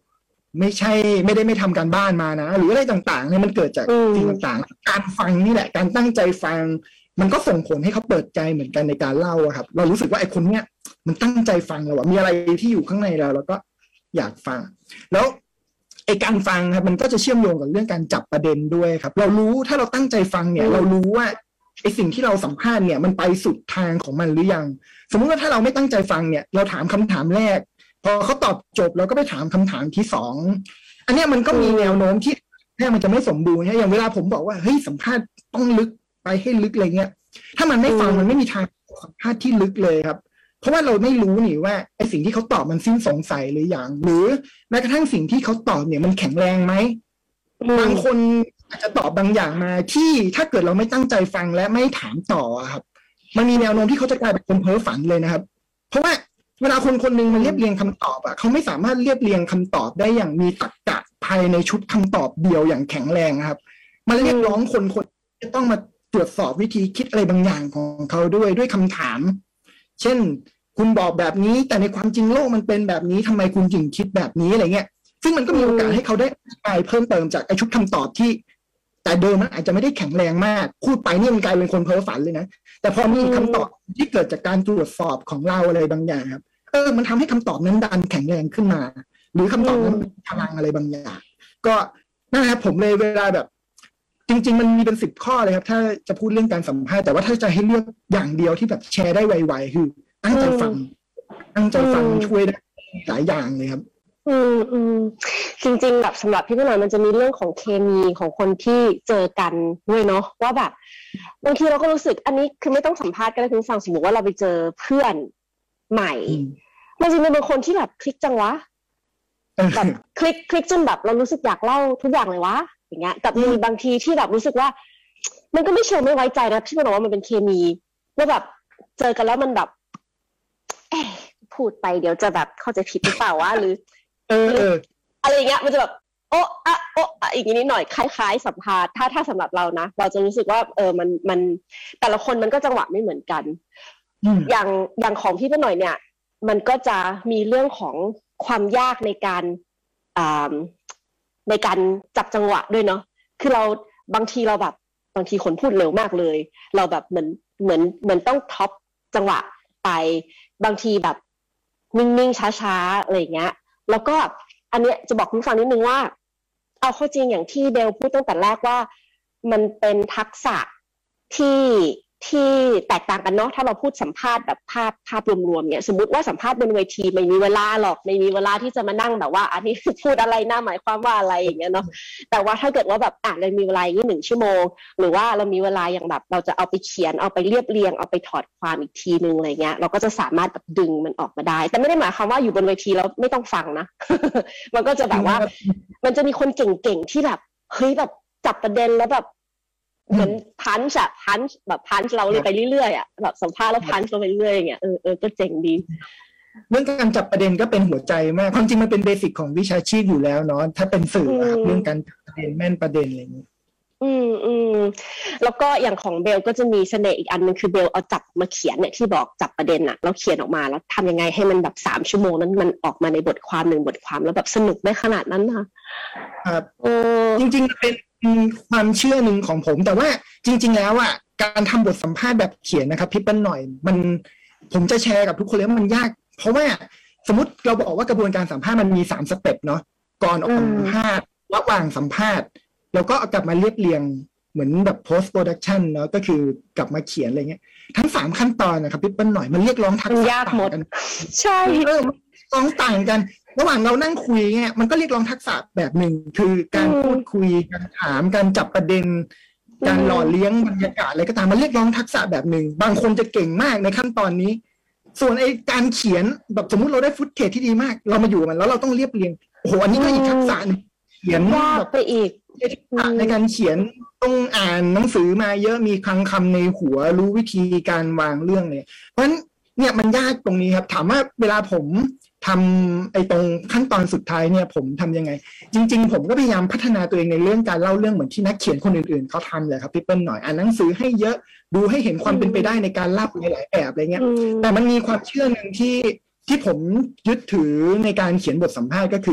ไม่ใช่ไม่ได้ไม่ทำการบ้านมานะหรืออะไรต่างๆเนี่ยมันเกิดจากสิ่งต่างๆการฟังนี่แหละการตั้งใจฟังมันก็ส่งผลให้เขาเปิดใจเหมือนกันในการเล่าครับเรารู้สึกว่าไอ้คนเนี้ยมันตั้งใจฟังเราว่ามีอะไรที่อยู่ข้างในเราแล้วก็อยากฟังแล้วไอ้การฟังครับมันก็จะเชื่อมโยงกับเรื่องการจับประเด็นด้วยครับเรารู้ถ้าเราตั้งใจฟังเนี่ยเรารู้ว่าไอ้สิ่งที่เราสัมภาษณ์เนี่ยมันไปสุดทางของมันหรือยังสมมุติว่าถ้าเราไม่ตั้งใจฟังเนี่ยเราถามคำถามแรกพอเขาตอบจบเราก็ไปถามคำถามที่สองอันนี้มันก็มีแนวโน้มที่แค่มันจะไม่สมบูรณ์อย่างเวลาผมบอกว่าเฮ้ยสัมภาษณ์ต้องลึกไปให้ลึกอะไรเงี้ยถ้ามันไม่ฟังมันไม่มีทางสัมภาษณ์ที่ลึกเลยครับเพราะว่าเราไม่รู้นี่ว่าไอ้สิ่งที่เขาตอบมันสิ้นสงสัยหรืออย่างหรือแม้กระทั่งสิ่งที่เขาตอบเนี่ยมันแข็งแรงไหมบางคนอาจจะตอบบางอย่างมาที่ถ้าเกิดเราไม่ตั้งใจฟังและไม่ถามต่อครับมันมีแนวโน้มที่เขาจะกลายเป็นคนเพ้อฝันเลยนะครับเพราะว่าเวลาคนคนหนึ่งมันเรียบเรียงคำตอบอ่ะเขาไม่สามารถเรียบเรียงคำตอบได้อย่างมีตรรกะภายในชุดคำตอบเดียวอย่างแข็งแรงครับมันเรียกร้องคนคนจะต้องมาตรวจสอบวิธีคิดอะไรบางอย่างของเขาด้วยด้วยคำถามเช่นคุณบอกแบบนี้แต่ในความจริงโลกมันเป็นแบบนี้ทำไมคุณจึงคิดแบบนี้อะไรเงี้ยซึ่งมันก็มีโอกาสให้เขาได้ไปเพิ่มเติมจากไอชุดคำตอบที่แต่เดิมมันอาจจะไม่ได้แข็งแรงมากพูดไปนี่มันกลายเป็นคนเพ้อฝันเลยนะแต่พอมีคำตอบที่เกิดจากการตรวจสอบของเราอะไรบางอย่างครับเออมันทำให้คำตอบนั้นดันแข็งแรงขึ้นมาหรือคำตอบนั้นมีพลังอะไรบางอย่างก็นะครับผมเลยเวลาแบบจริงๆมันมีเป็นสิบข้อเลยครับถ้าจะพูดเรื่องการสัมภาษณ์แต่ว่าถ้าจะให้เลือกอย่างเดียวที่แบบแชร์ได้ไวๆคือตั้งใจฟังตั้งใจฟังช่วยได้หลายอย่างเลยครับอืมอืมจริงๆแบบสำหรับพี่ต้นหน่อยมันจะมีเรื่องของเคมีของคนที่เจอกันด้วยเนาะว่าแบบบางทีเราก็รู้สึกอันนี้คือไม่ต้องสัมภาษณ์ก็ได้คุณฟังสมมติว่าเราไปเจอเพื่อนใหม่มันจะมีบางคนที่แบบคลิกจังวะแบบคลิกคลิกจนแบบเรารู้สึกอยากเล่าทุกอย่างเลยวะอย่างเงี้ยแต่มีบางทีที่แบบรู้สึกว่ามันก็ไม่เชิงไม่ไว้ใจนะพี่บอกว่ามันเป็นเคมีว่าแบบเจอกันแล้วมันแบบเอ๊ะพูดไปเดี๋ยวจะแบบเข้าใจผิดหรือเปล่าวะหรือเออเอออะไรอย่างเงี้ยมันจะแบบโอ๊ะอะโอ๊ะอะอีกนิดหน่อยคล้ายๆสัมภาษณ์ถ้าถ้าสำหรับเรานะเราจะรู้สึกว่าเออมันมันแต่ละคนมันก็จังหวะไม่เหมือนกันอย่างอย่างของพี่เป็นหน่อยเนี่ยมันก็จะมีเรื่องของความยากในการอ่าในการจับจังหวะด้วยเนาะคือเราบางทีเราแบบบางทีคนพูดเร็วมากเลยเราแบบเหมือนเหมือนเหมือนต้องท็อปจังหวะไปบางทีแบบนิ่งๆช้าๆอะไรอย่างเงี้ยแล้วก็อันเนี้ยจะบอกคุณฟังนิดนึงว่าเอาเข้าจริงอย่างที่เดลพูดตั้งแต่แรกว่ามันเป็นทักษะที่ที่แตกต่างกันเนาะถ้าเราพูดสัมภาษณ์แบบภาพภาพรวมๆเนี่ยสมมุติว่าสัมภาษณ์บนเวทีไม่มีเวลาหรอกไม่มีเวลาที่จะมานั่งแบบว่าอันนี้พูดอะไรน่าหมายความว่าอะไรอย่างเงี้ยเนาะแต่ว่าถ้าเกิดว่าแบบอ่ะเรามีเวลาอย่างนี้หนึ่งชั่วโมงหรือว่าเรามีเวลาอย่างแบบเราจะเอาไปเขียนเอาไปเรียบเรียงเอาไปถอดความอีกทีนึงอะไรเงี้ยเราก็จะสามารถแบบดึงมันออกมาได้แต่ไม่ได้หมายความว่าอยู่บนเวทีแล้วไม่ต้องฟังนะ มันก็จะแบบว่ามันจะมีคนเก่งๆที่แบบเฮ้ยแบบจับประเด็นแล้วแบบเหมือนพันช์อะพันช์แบบพันช์เราเลยไปเรื่อยๆอะแบบสัมภาษณ์แล้วพันช์เราไปเรื่อยอย่างเงี้ยเออเออก็เจ๋งดีเรื่องการจับประเด็นก็เป็นหัวใจมากความจริงมันเป็นเบสิกของวิชาชีพอยู่แล้วเนาะถ้าเป็นสื่อครับเรื่องการจับประเด็นแม่นประเด็นอะไรอย่างนี้อืมอืมแล้วก็อย่างของเบลก็จะมีเสน่ห์อีกอันนึงคือเบลเอาจับมาเขียนเนี่ยที่บอกจับประเด็นอะแล้วเขียนออกมาแล้วทำยังไงให้มันแบบสามชั่วโมงนั้นมันออกมาในบทความหนึ่งบทความแล้วแบบสนุกได้ขนาดนั้นค่ะครับจริงๆเป็นความเชื่อหนึ่งของผมแต่ว่าจริงๆแล้วอ่ะการทำบทสัมภาษณ์แบบเขียนนะครับพี่เปิ้ลหน่อยมันผมจะแชร์กับทุกคนเลยว่ามันยากเพราะว่าสมมติเราบอกว่ากระบวนการสัมภาษณ์มันมีสามสเต็ปเนาะก่อนออกสัมภาษณ์ระหว่างสัมภาษณ์แล้วก็กลับมาเรียบเรียงเหมือนแบบ post production เนาะก็คือกลับมาเขียนอะไรเงี้ยทั้งสามขั้นตอนนะครับพี่เปิ้ลหน่อยมันเรียกร้องทักษะต่างกันใช่เออร้องต่างกันระหว่างเรานั่งคุยเงี้ยมันก็เรียกร้องทักษะแบบหนึ่งคือการพูดคุยการถามการจับประเด็นการหล่อเลี้ยงบรรยากาศอะไรก็ตามมันเรียกร้องทักษะแบบหนึ่งบางคนจะเก่งมากในขั้นตอนนี้ส่วนไอ้การเขียนแบบสมมุติเราได้ฟุตเทจที่ดีมากเรามาอยู่มันแล้วเราต้องเรียบเรียงโอ้โหอันนี้ก็อีกทักษะนึงเขียนแบบไปอีกในการเขียนต้องอ่านหนังสือมาเยอะมีคลังคำในหัวรู้วิธีการวางเรื่องเนี่ยเพราะฉะนั้นเนี่ยมันยากตรงนี้ครับถามว่าเวลาผมทำไอ้ตรงขั้นตอนสุดท้ายเนี่ยผมทำยังไงจริงๆผมก็พยายามพัฒนาตัวเองในเรื่องการเล่าเรื่องเหมือนที่นักเขียนคนอื่นๆเขาทำเลยครับพี่เปิ้ลหน่อยอ่านหนังสือให้เยอะดูให้เห็นความเป็นไปได้ในการเล่าในหลายแบบอะไรเงี้ยแต่มันมีความเชื่อหนึ่งที่ที่ผมยึดถือในการเขียนบทสัมภาษณ์ก็คือ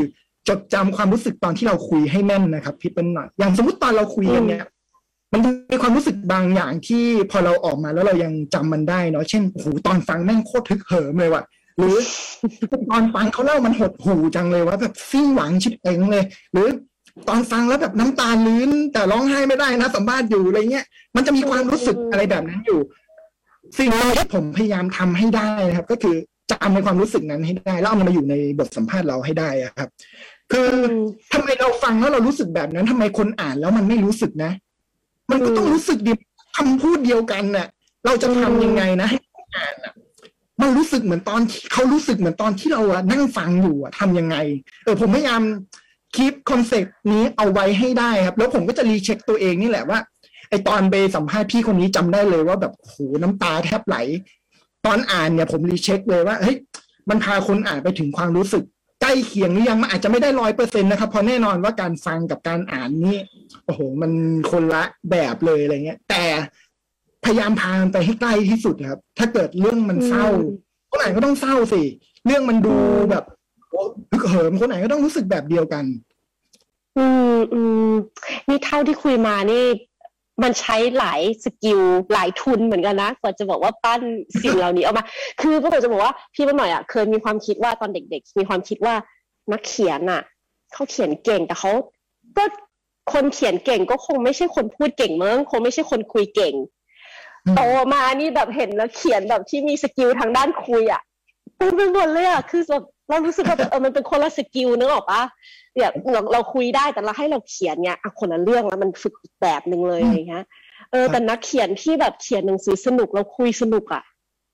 จดจำความรู้สึกตอนที่เราคุยให้แม่นนะครับพี่เปิ้ลหน่อยอย่างสมมติตอนเราคุยกันเนี่ยมันมีความรู้สึกบางอย่างที่พอเราออกมาแล้วเรายังจำมันได้เนาะเช่นโอ้โหตอนฟังแม่งโคตรทึกเหิมเลยว่ะหรือตอนฟังเขาเล่ามันหดหู่จังเลยว่าแบบสิ้นหวังชิบเองเลยหรือตอนฟังแล้วแบบน้ำตาลื้นแต่ร้องไห้ไม่ได้นะสัมภาษณ์อยู่อะไรเงี้ยมันจะมีความรู้สึกอะไรแบบนั้นอยู่สิ่งที่ผมพยายามทำให้ได้นะครับก็คือจำในความรู้สึกนั้นให้ได้แล้วเอามันมาอยู่ในบทสัมภาษณ์เราให้ได้ครับคือทำไมเราฟังแล้วเรารู้สึกแบบนั้นทำไมคนอ่านแล้วมันไม่รู้สึกนะมันก็ต้องรู้สึกดิคำพูดเดียวกันน่ะเราจะทำยังไงนะให้คนอ่านน่ะมันรู้สึกเหมือนตอนเขารู้สึกเหมือนตอนที่เราอะนั่งฟังอยู่อะทำยังไงเออผมพยายามคีปคอนเซ็ปต์นี้เอาไว้ให้ได้ครับแล้วผมก็จะรีเช็คตัวเองนี่แหละว่าไอตอนไปสัมภาษณ์พี่คนนี้จำได้เลยว่าแบบโหน้ำตาแทบไหลตอนอ่านเนี่ยผมรีเช็คเลยว่าเฮ้ยมันพาคนอ่านไปถึงความรู้สึกใกล้เคียงหรือยังมันอาจจะไม่ได้ร้อยเปอร์เซ็นต์นะครับเพราะแน่นอนว่าการฟังกับการอ่านนี่โอ้โหมันคนละแบบเลยอะไรเงี้ยแต่พยายามพามันไปให้ใกล้ที่สุดครับถ้าเกิดเรื่องมันเศร้าคนอ่านก็ต้องเศร้าสิเรื่องมันดูแบบฮึกเหิมคนไหนก็ต้องรู้สึกแบบเดียวกันอืมอืมนี่เท่าที่คุยมานี่มันใช้หลายสกิลหลายทุนเหมือนกันนะกว่าจะบอกว่าปั้นสิ่งเหล่านี้ออกมาคือก็จะบอกว่าพี่ป้าหน่อยอ่ะเคยมีความคิดว่าตอนเด็กๆมีความคิดว่านักเขียนอ่ะเขาเขียนเก่งแต่เขาก็คนเขียนเก่งก็คงไม่ใช่คนพูดเก่งมั้งคงไม่ใช่คนคุยเก่งโตมานี่แบบเห็นแล้วเขียนแบบที่มีสกิลทางด้านคุยอ่ะเต็มไปหมดเลยอ่ะคือแบบเรารู้สึกว่าเออมันเป็นคนละสกิลนึกออกปะเนี่ยเราเราคุยได้แต่เราให้เราเขียนเนี่ยอ่ะคนละเรื่องแล้วมันฝึกอีกแบบหนึ่งเลยอะไรเงี้ยเออแต่นักเขียนที่แบบเขียนหนังสือสนุกเราคุยสนุกอ่ะ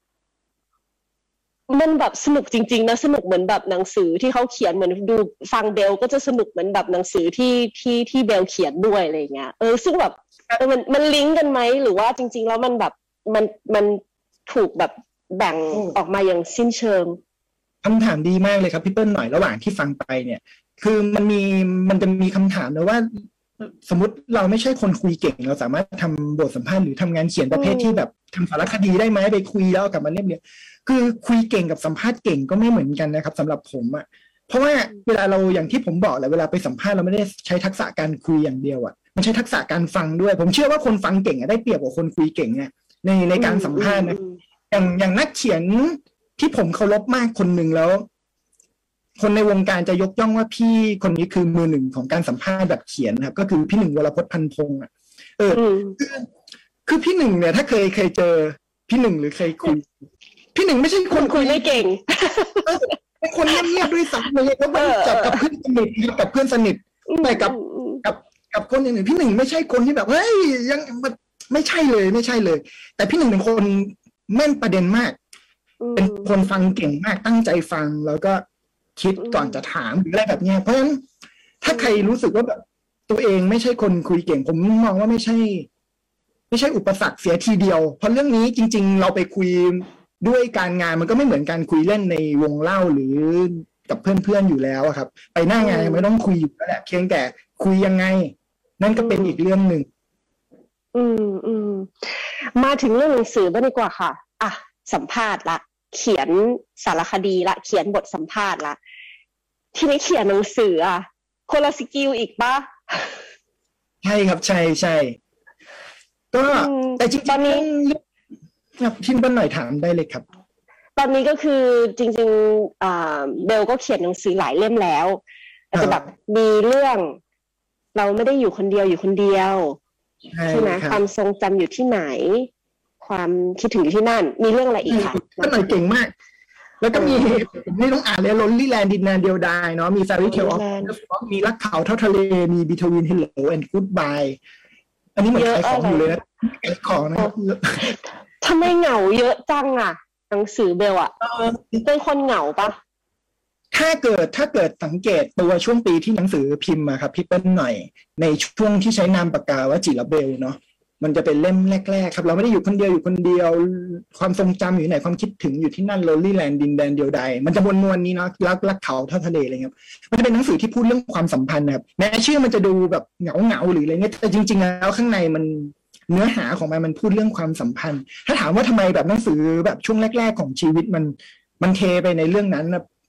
มันแบบสนุกจริงๆนะสนุกเหมือนแบบหนังสือที่เขาเขียนเหมือนดูฟังเบลก็จะสนุกเหมือนแบบหนังสือที่ที่ที่เบลเขียนด้วยอะไรเงี้ยเออซึ่งแบบเออมันมันลิงก์กันไหมหรือว่าจริงๆแล้วมันแบบมันมันถูกแบบแบ่งออกมาอย่างสิ้นเชิงคำถามดีมากเลยครับพี่เปิ้ลหน่อยระหว่างที่ฟังไปเนี่ยคือมันมีมันจะมีคำถามนะว่าสมมติเราไม่ใช่คนคุยเก่งเราสามารถทำบทสัมภาษณ์หรือทำงานเขียนประเภทที่แบบทำสารคดีได้ไหมไปคุยแล้วกลับมาเรียบเรียงคือคุยเก่งกับสัมภาษณ์เก่งก็ไม่เหมือนกันนะครับสำหรับผมอ่ะเพราะว่าเวลาเราอย่างที่ผมบอกแหละเวลาไปสัมภาษณ์เราไม่ได้ใช้ทักษะการคุยอย่างเดียวอ่ะมันใช้ทักษะการฟังด้วยผมเชื่อว่าคนฟังเก่งได้เปรียบกว่าคนคุยเก่งเนี่ยในในการสัมภาษณ์นะอย่างอย่างนักเขียนที่ผมเคารพมากคนหนึ่งแล้วคนในวงการจะยกย่องว่าพี่คนนี้คือมือหนึ่งของการสัมภาษณ์แบบเขียนครับก็คือพี่หนึ่งวรพจน์พันพงศ์อ่ะเออคือคือพี่หนึ่งเนี่ยถ้าเคยเคยเจอพี่หนึ่งหรือเคยคุยพี่หนึ่งไม่ใช่คนคุยไม่เก่งเป็นคนเงียบๆด้วยซ้ำเลยแล้วมันจับกับเพื่อนสนิทกับเพื่อนสนิทแต่กับกับกับคนอื่นพี่หนึ่งไม่ใช่คนที่แบบเฮ้ยยังไม่ใช่เลยไม่ใช่เลยแต่พี่หนึ่งเป็นคนแม่นประเด็นมากเป็นคนฟังเก่งมากตั้งใจฟังแล้วก็คิดก่อนจะถามหรืออะไรแบบนี้เพราะฉะนั้นถ้าใครรู้สึกว่าแบบตัวเองไม่ใช่คนคุยเก่งผมมองว่าไม่ใช่ไม่ใช่อุปสรรคเสียทีเดียวเพราะเรื่องนี้จริงๆเราไปคุยด้วยการงานมันก็ไม่เหมือนการคุยเล่นในวงเล่าหรือกับเพื่อนๆอยู่แล้วครับไปหน้างานไม่ต้องคุยอยู่แล้วแหละเพียงแต่คุยยังไงนั่นก็เป็นอีกเรื่องหนึ่งอืมอืมมาถึงเรื่องหนังสือบ้างดีกว่าค่ะอ่ะสัมภาษณ์ละเขียนสารคดีละเขียนบทสัมภาษณ์ละทีนี้เขียนหนังสืออ่ะคนละสกิลอีกปะใช่ครับใช่ใช่ก็แต่จริงๆตอนนี้ครับทิ้งบ้านหน่อยถามได้เลยครับตอนนี้ก็คือจริงๆอ่าเบลก็เขียนหนังสือหลายเล่มแล้วอาจจะแบบมีเรื่องเราไม่ได้อยู่คนเดียวอยู่คนเดียวใช่ไหมความทรงจำอยู่ที่ไหนความคิดถึงอยู่ที่นั่นมีเรื่องอะไรอีกคะบ้านหน่อยเก่งมากแล้วก็มีผมไม่ต้องอ่านเลย Lonely Land ดินแดนเดียวดายเนาะมี Fairy Tale of มีรักเขาเท่าทะเลมี Between Hello and Goodbye อันนี้เหมือนขายของอยู่เลยนะขายของนะครับทำไมเหงาเยอะจังอ่ะหนังสือเบลอ่ะเป็นคนเหงาปะถ้าเกิดถ้าเกิดสังเกตตัวช่วงปีที่หนังสือพิมพ์มาครับพี่เปิ้ลหน่อยในช่วงที่ใช้นามปากกาว่าจิรเบลเนาะมันจะเป็นเล่มแรกๆครับเราไม่ได้อยู่คนเดียวอยู่คนเดียวความทรงจำอยู่ไหนความคิดถึงอยู่ที่นั่น Lonely Land ดินแดนเดียวดายมันจะมวลมวลนี้เนาะรักรักเขาเท่าทะเลอะไรเงี้ยมันจะเป็นหนังสือที่พูดเรื่องความสัมพันธ์นะครับแม้ชื่อมันจะดูแบบเหงาเหงาหรืออะไรเงี้ยแต่จริงๆแล้วข้างในมันเนื้อหาของมันมันพูดเรื่องความสัมพันธ์ถ้าถามว่าทำไมแบบหนังสือแบบช่วงแรกๆของชีวิตมันมันเทไปในเรื่องนั้นนะ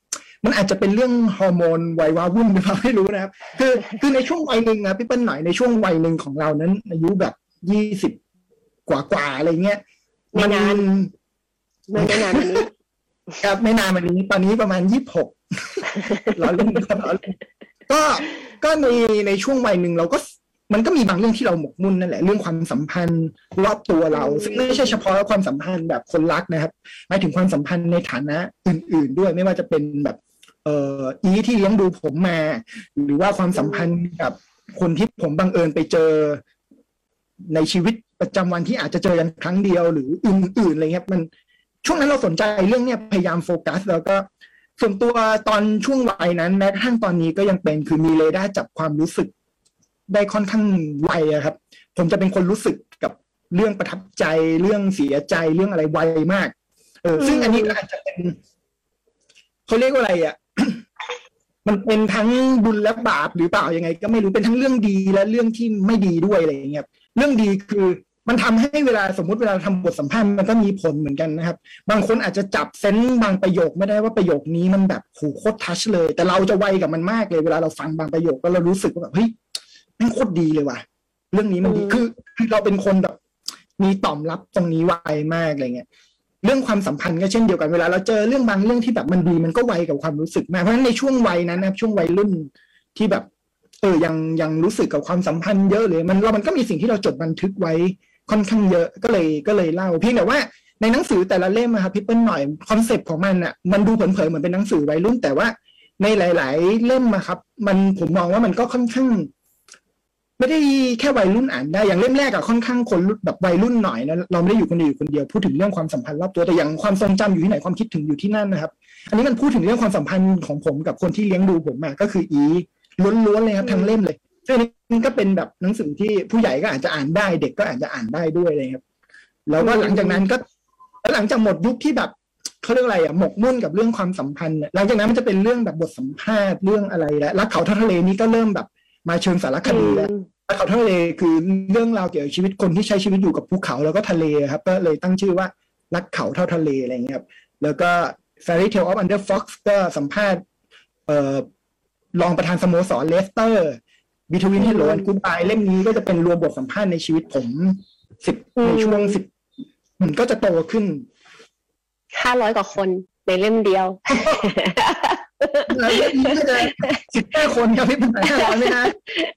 มันอาจจะเป็นเรื่องฮอร์โมนวัยวาวุ่นหรือเปล่าไม่รู้นะครับคือคือในช่วงวัยหนึ่งนะพี่เปิ้ลหน่อยในช่วงวัยหนึ่งของเรานั้นอายุแบบยี่สิบกว่ากว่าอะไรเงี้ยไม่นานไม่ไม่นานนี้ครับไม่นานมานี้ตอนนี้ประมาณยี่สิบหกเราเล่นครับก็ก็ในในช่วงวัยหนึ่งเราก็มันก็มีบางเรื่องที่เราหมกมุ่นนั่นแหละเรื่องความสัมพันธ์รอบตัวเราซึ่งไม่ใช่เฉพาะความสัมพันธ์แบบคนรักนะครับหมายถึงความสัมพันธ์ในฐานะอื่นๆด้วยไม่ว่าจะเป็นแบบเอ่ออีที่เลี้ยงดูผมมาหรือว่าความสัมพันธ์กับคนที่ผมบังเอิญไปเจอในชีวิตประจำวันที่อาจจะเจอกันครั้งเดียวหรืออื่นๆอะไรเงี้ยมันช่วงนั้นเราสนใจเรื่องเนี้ยพยายามโฟกัสแล้วก็ส่วนตัวตอนช่วงวัยนั้นแม้กระทั่งตอนนี้ก็ยังเป็นคือมีเรดาร์จับความรู้สึกได้ค่อนข้างไวอะครับผมจะเป็นคนรู้สึกกับเรื่องประทับใจเรื่องเสียใจเรื่องอะไรไวมากเออซึ่งอันนี้ก็อาจจะเป็นเขาเรียกว่าอะไรอะ มันเป็นทั้งบุญและบาปหรือเปล่ายังไงก็ไม่รู้เป็นทั้งเรื่องดีและเรื่องที่ไม่ดีด้วยอะไรอย่างเงี้ยเรื่องดีคือมันทำให้เวลาสมมุติเวลาทำบทสัมภาษณ์มันก็มีผลเหมือนกันนะครับบางคนอาจจะจับเซนส์บางประโยคไม่ได้ว่าประโยคนี้มันแบบโหโคตรทัชเลยแต่เราจะไวกับมันมากเลยเวลาเราฟังบางประโยคก็เรารู้สึกว่าแบบเฮ้ยแม่งโคตรดีเลยว่ะเรื่องนี้มันดีคือคือเราเป็นคนแบบมีต่อมรับตรงนี้ไวมากอะไรเงี้ยเรื่องความสัมพันธ์ก็เช่นเดียวกันเวลาเราเจอเรื่องบางเรื่องที่แบบมันดีมันก็ไวกับความรู้สึกมากเพราะฉะนั้นในช่วงวัยนั้นนะครับช่วงวัยรุ่นที่แบบเออยังยังรู้สึกกับความสัมพันธ์เยอะเลยมันเรามันก็มีสิ่งที่เราจดบันทึกไว้ค่อนข้างเยอะก็เลยก็เลยเล่าเพียงแต่ว่าในหนังสือแต่ละเล่มนะครับพี่เปิ้ลหน่อยคอนเซปต์ของมันอ่ะมันดูเผินๆเหมือนเป็นหนังสือวัยรุ่นแต่ว่าในหลายๆเล่มอะครับมันผมมองว่ามันก็ค่อนข้างไม่ได้แค่วัยรุ่นอ่านได้อย่างเล่มแรกอะค่อนข้างคนแบบวัยรุ่นหน่อยนะเราไม่ได้อยู่คนเดียวอยู่คนเดียวพูดถึงเรื่องความสัมพันธ์รอบตัวแต่อย่างความทรงจำอยู่ที่ไหนความคิดถึงอยู่ที่นั่นนะครับอันนี้มันพูดถึงเรื่องความสัมพันธ์ของผมกับคนที่เลี้ยงดูผมมาก็คืออีล้วนๆเลยครับทั้งเล่มเลยซึ่งนี่ก็เป็นแบบหนังสือที่ผู้ใหญ่ก็อาจจะอ่านได้เด็กก็อาจจะอ่านได้ด้วยเลยครับแล้วก็หลังจากนั้นก็แล้วหลังจากหมดยุคที่แบบเขาเรียกอะไรอะหมกมุ่นกับเรื่องความสัมพันธ์หลังจากนั้นมันจะเป็นเรื่องแบบบทสัมภาษณ์เรื่องอะไรแล้วรักเขาเท่าทะเลนี้ก็เริ่มแบบมาเชิงสารคดีแล้วรักเขาเท่าทะเลคือเรื่องราวเกี่ยวกับชีวิตคนที่ใช้ชีวิตอยู่กับภูเขาแล้วก็ทะเลครับก็เลยตั้งชื่อว่ารักเขาเท่าทะเลอะไรเงี้ยครับแล้วก็ Fairy Tale of Under Fox ก็สัมภาษณ์เอ่อรองประธานสโมสรเลสเตอร์ Between Hello and Goodbye เล่มนี้ก็จะเป็นรวมบทสัมภาษณ์ในชีวิตผมสิบในช่วงสิบมันก็จะโตขึ้นห้าร้อยกว่าคนในเล่มเดียวแล้วเล่มนี้ก็จะสิบห้าคนครับพี่เป็นห้าร้อยไม่ได้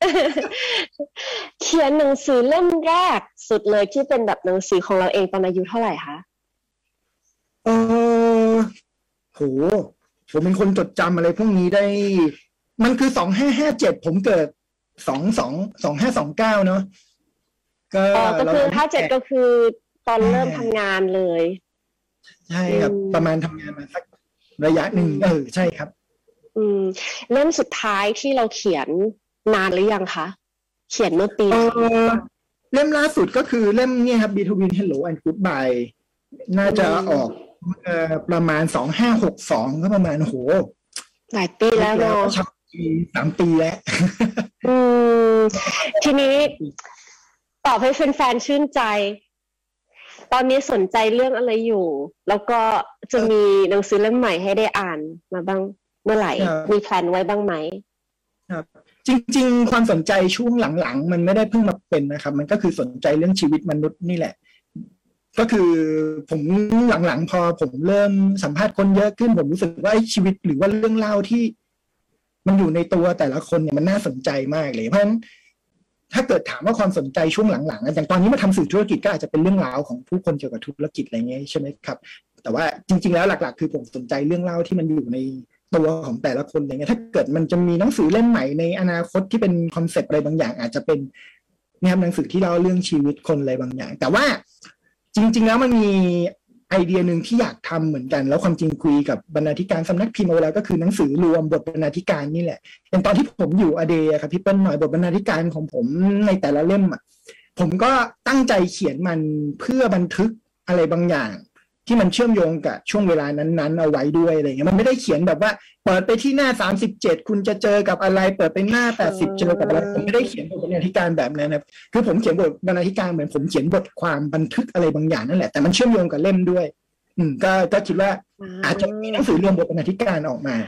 เขียนหนังสือเล่มแรกสุดเลยที่เป็นแบบหนังสือของเราเองตอนอายุเท่าไหร่คะเออโหผมเป็นคนจดจำอะไรพวกนี้ได้มันคือสองห้าห้าเจ็ดผมเกิดสองสองสองห้าสองเก้าเนาะก็ก็คือห้าเจ็ดก็คือตอนเริ่มทำงานเลยใช่ครับประมาณทำงานมาสักระยะหนึ่งเออใช่ครับอืมเล่มสุดท้ายที่เราเขียนนานหรือยังคะเขียนเมื่อปีเล่มล่าสุดก็คือเล่มนี้ครับ Between Hello and Goodbye น่าจะออกเอ่อประมาณสองห้าหกสองก็ประมาณโหหลายปีแล้วเนาะสามปีแล้วอืมทีนี้ตอบให้แฟนๆชื่นใจตอนนี้สนใจเรื่องอะไรอยู่แล้วก็จะมีหนังสือเล่มใหม่ให้ได้อ่านมาบ้างเมื่อไหร่มีแพลนไว้บ้างไหมครับจริงๆความสนใจช่วงหลังๆมันไม่ได้เพิ่งมาเป็นนะครับมันก็คือสนใจเรื่องชีวิตมนุษย์นี่แหละก็คือผมหลังๆพอผมเริ่มสัมภาษณ์คนเยอะขึ้นผมรู้สึกว่าชีวิตหรือว่าเรื่องเล่าที่มันอยู่ในตัวแต่ละคนเนี่ยมันน่าสนใจมากเลยเพราะฉะนั้นถ้าเกิดถามว่าความสนใจช่วงหลังๆอย่างตอนนี้มาทำสื่อธุรกิจก็อาจจะเป็นเรื่องราวของผู้คนเกี่ยวกับธุรกิจอะไรเงี้ยใช่ไหมครับแต่ว่าจริงๆแล้วหลักๆคือผมสนใจเรื่องเล่าที่มันอยู่ในตัวของแต่ละคนอะไรเงี้ยถ้าเกิดมันจะมีหนังสือเล่มใหม่ในอนาคตที่เป็นคอนเซ็ปต์อะไรบางอย่างอาจจะเป็นนะครับหนังสือที่เล่าเรื่องชีวิตคนอะไรบางอย่างแต่ว่าจริงๆแล้วมันมีไอเดียหนึ่งที่อยากทำเหมือนกันแล้วความจริงคุยกับบรรณาธิการสำนักพิมพ์เอาแล้วก็คือหนังสือรวมบทบรรณาธิการนี่แหละอย่างตอนที่ผมอยู่อเดย์ครับพี่เปิ้ลหน่อยบทบรรณาธิการของผมในแต่ละเล่มอ่ะผมก็ตั้งใจเขียนมันเพื่อบันทึกอะไรบางอย่างที่มันเชื่อมโยงกับช่วงเวลานั้นๆเอาไว้ด้วยอะไรเงี้ยมันไม่ได้เขียนแบบว่าเปิดไปที่หน้าสามสิบเจ็ดคุณจะเจอกับอะไรเปิดไปหน้าแปดสิบเจอกับอะไรผมไม่ได้เขียนบทบรรณาธิการแบบนั้นนะคือผมเขียนบทบรรณาธิการเหมือนผมเขียนบทความบันทึกอะไรบางอย่างนั่นแหละแต่มันเชื่อมโยงกับเล่มด้วยอืมก็ก็คิดว่าอาจจะมีหนังสือรวมบทบรรณาธิการออกมา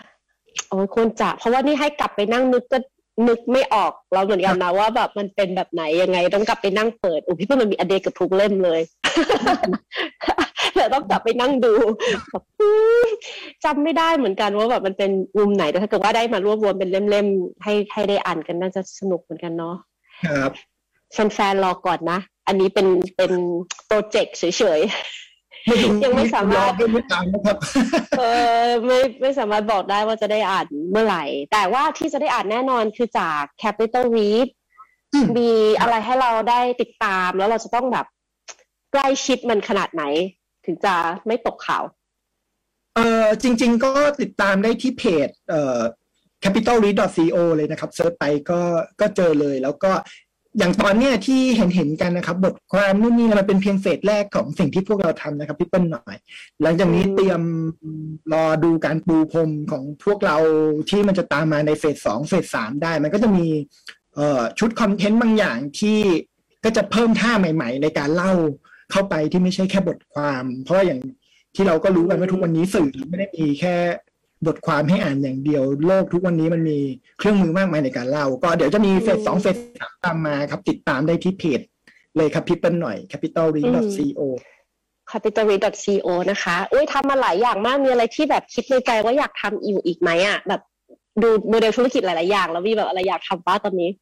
โอ้ยควรจะเพราะว่านี่ให้กลับไปนั่งนึกก็นึกไม่ออกเราเหมือนกันนะว่าแบบมันเป็นแบบไหนยังไงต้องกลับไปนั่งเปิดโอ้พี่เพิ่งมันมีอเดกับทุกเล่มเลยแต่ต้องกลับไปนั่งดูแบบจำไม่ได้เหมือนกันว่าแบบมันเป็นมุมไหนแต่ถ้าเกิดว่าได้มารวบรวมเป็นเล่มๆให้ให้ได้อ่านกันน่าจะสนุกเหมือนกันเนาะครับแฟนๆรอก่อนนะอันนี้เป็นเป็นโปรเจกต์เฉยๆยังไม่สามารถไม่ตามนะครับเออไม่ไม่สามารถบอกได้ว่าจะได้อ่านเมื่อไหร่แต่ว่าที่จะได้อ่านแน่นอนคือจาก Capital Read มีอะไรให้เราได้ติดตามแล้วเราจะต้องแบบใกล้ชิดมันขนาดไหนถึงจะไม่ตกข่าวเออจริงๆก็ติดตามได้ที่เพจเอ่อ แคปิตอลรีด ดอท ซี โอ เลยนะครับเซิร์ชไปก็ก็เจอเลยแล้วก็อย่างตอนเนี้ยที่เห็นเห็นกันนะครับบทความนู่นนี่มันเป็นเพียงเฟสแรกของสิ่งที่พวกเราทำนะครับพี่เปิ้ลหน่อยหลังจากนี้เตรียมรอดูการปูพรมของพวกเราที่มันจะตามมาในเฟสสองเฟสสามได้มันก็จะมีเอ่อชุดคอนเทนต์บางอย่างที่ก็จะเพิ่มท่าใหม่ๆในการเล่าเข้าไปที่ไม่ใช่แค่บทความเพราะว่าอย่างที่เราก็รู้กันว่าทุกวันนี้สื่อไม่ได้มีแค่บทความให้อ่านอย่างเดียวโลกทุกวันนี้มันมีเครื่องมือมากมายในการเล่าก็เดี๋ยวจะมีเฟสสองเฟสสามตามมาครับติดตามได้ที่เพจเลยครับพี่เปิ้ลหน่อย แคปิตอลรีด ดอท ซี โอแคปิตอลรีด ดอท ซี โอ นะคะอุ้ยทำมาหลายอย่างมากมีอะไรที่แบบคิดในใจว่าอยากทำอีกอีกไหมอ่ะแบบดูโมเดลธุรกิจหลายๆอย่างแล้วมีแบบอะไรอยากทำบ้างตอนนี้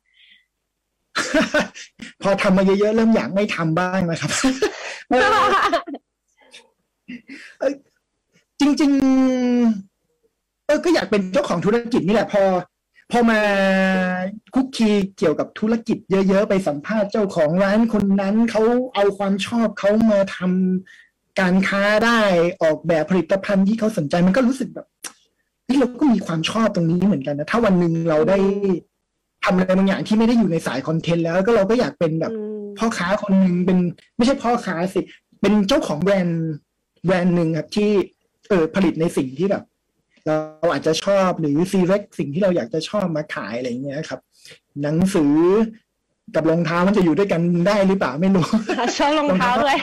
พอทำมาเยอะๆเริ่มอยากไม่ทำบ้างนะครับ จริงๆเออก็อยากเป็นเจ้าของธุรกิจนี่แหละพอพอมาคุกคีเกี่ยวกับธุรกิจเยอะๆไปสัมภาษณ์เจ้าของร้านคนนั้นเขาเอาความชอบเขามาทำการค้าได้ออกแบบผลิตภัณฑ์ที่เขาสนใจมันก็รู้สึกแบบที่เราก็มีความชอบตรงนี้เหมือนกันนะถ้าวันหนึ่งเราได้ทำอะไรบางอย่างที่ไม่ได้อยู่ในสายคอนเทนต์แล้วก็เราก็อยากเป็นแบบพ่อค้าคนหนึ่งเป็นไม่ใช่พ่อค้าสิเป็นเจ้าของแบรนด์แบรนด์หนึ่งครับที่เออผลิตในสิ่งที่แบบเราอาจจะชอบหรือซีเล็กสิ่งที่เราอยากจะชอบมาขายอะไรอย่างเงี้ยครับหนังสือกับรองเท้ามันจะอยู่ด้วยกันได้หรือเปล่าไม่รู้ชอบรองเท้าด้วย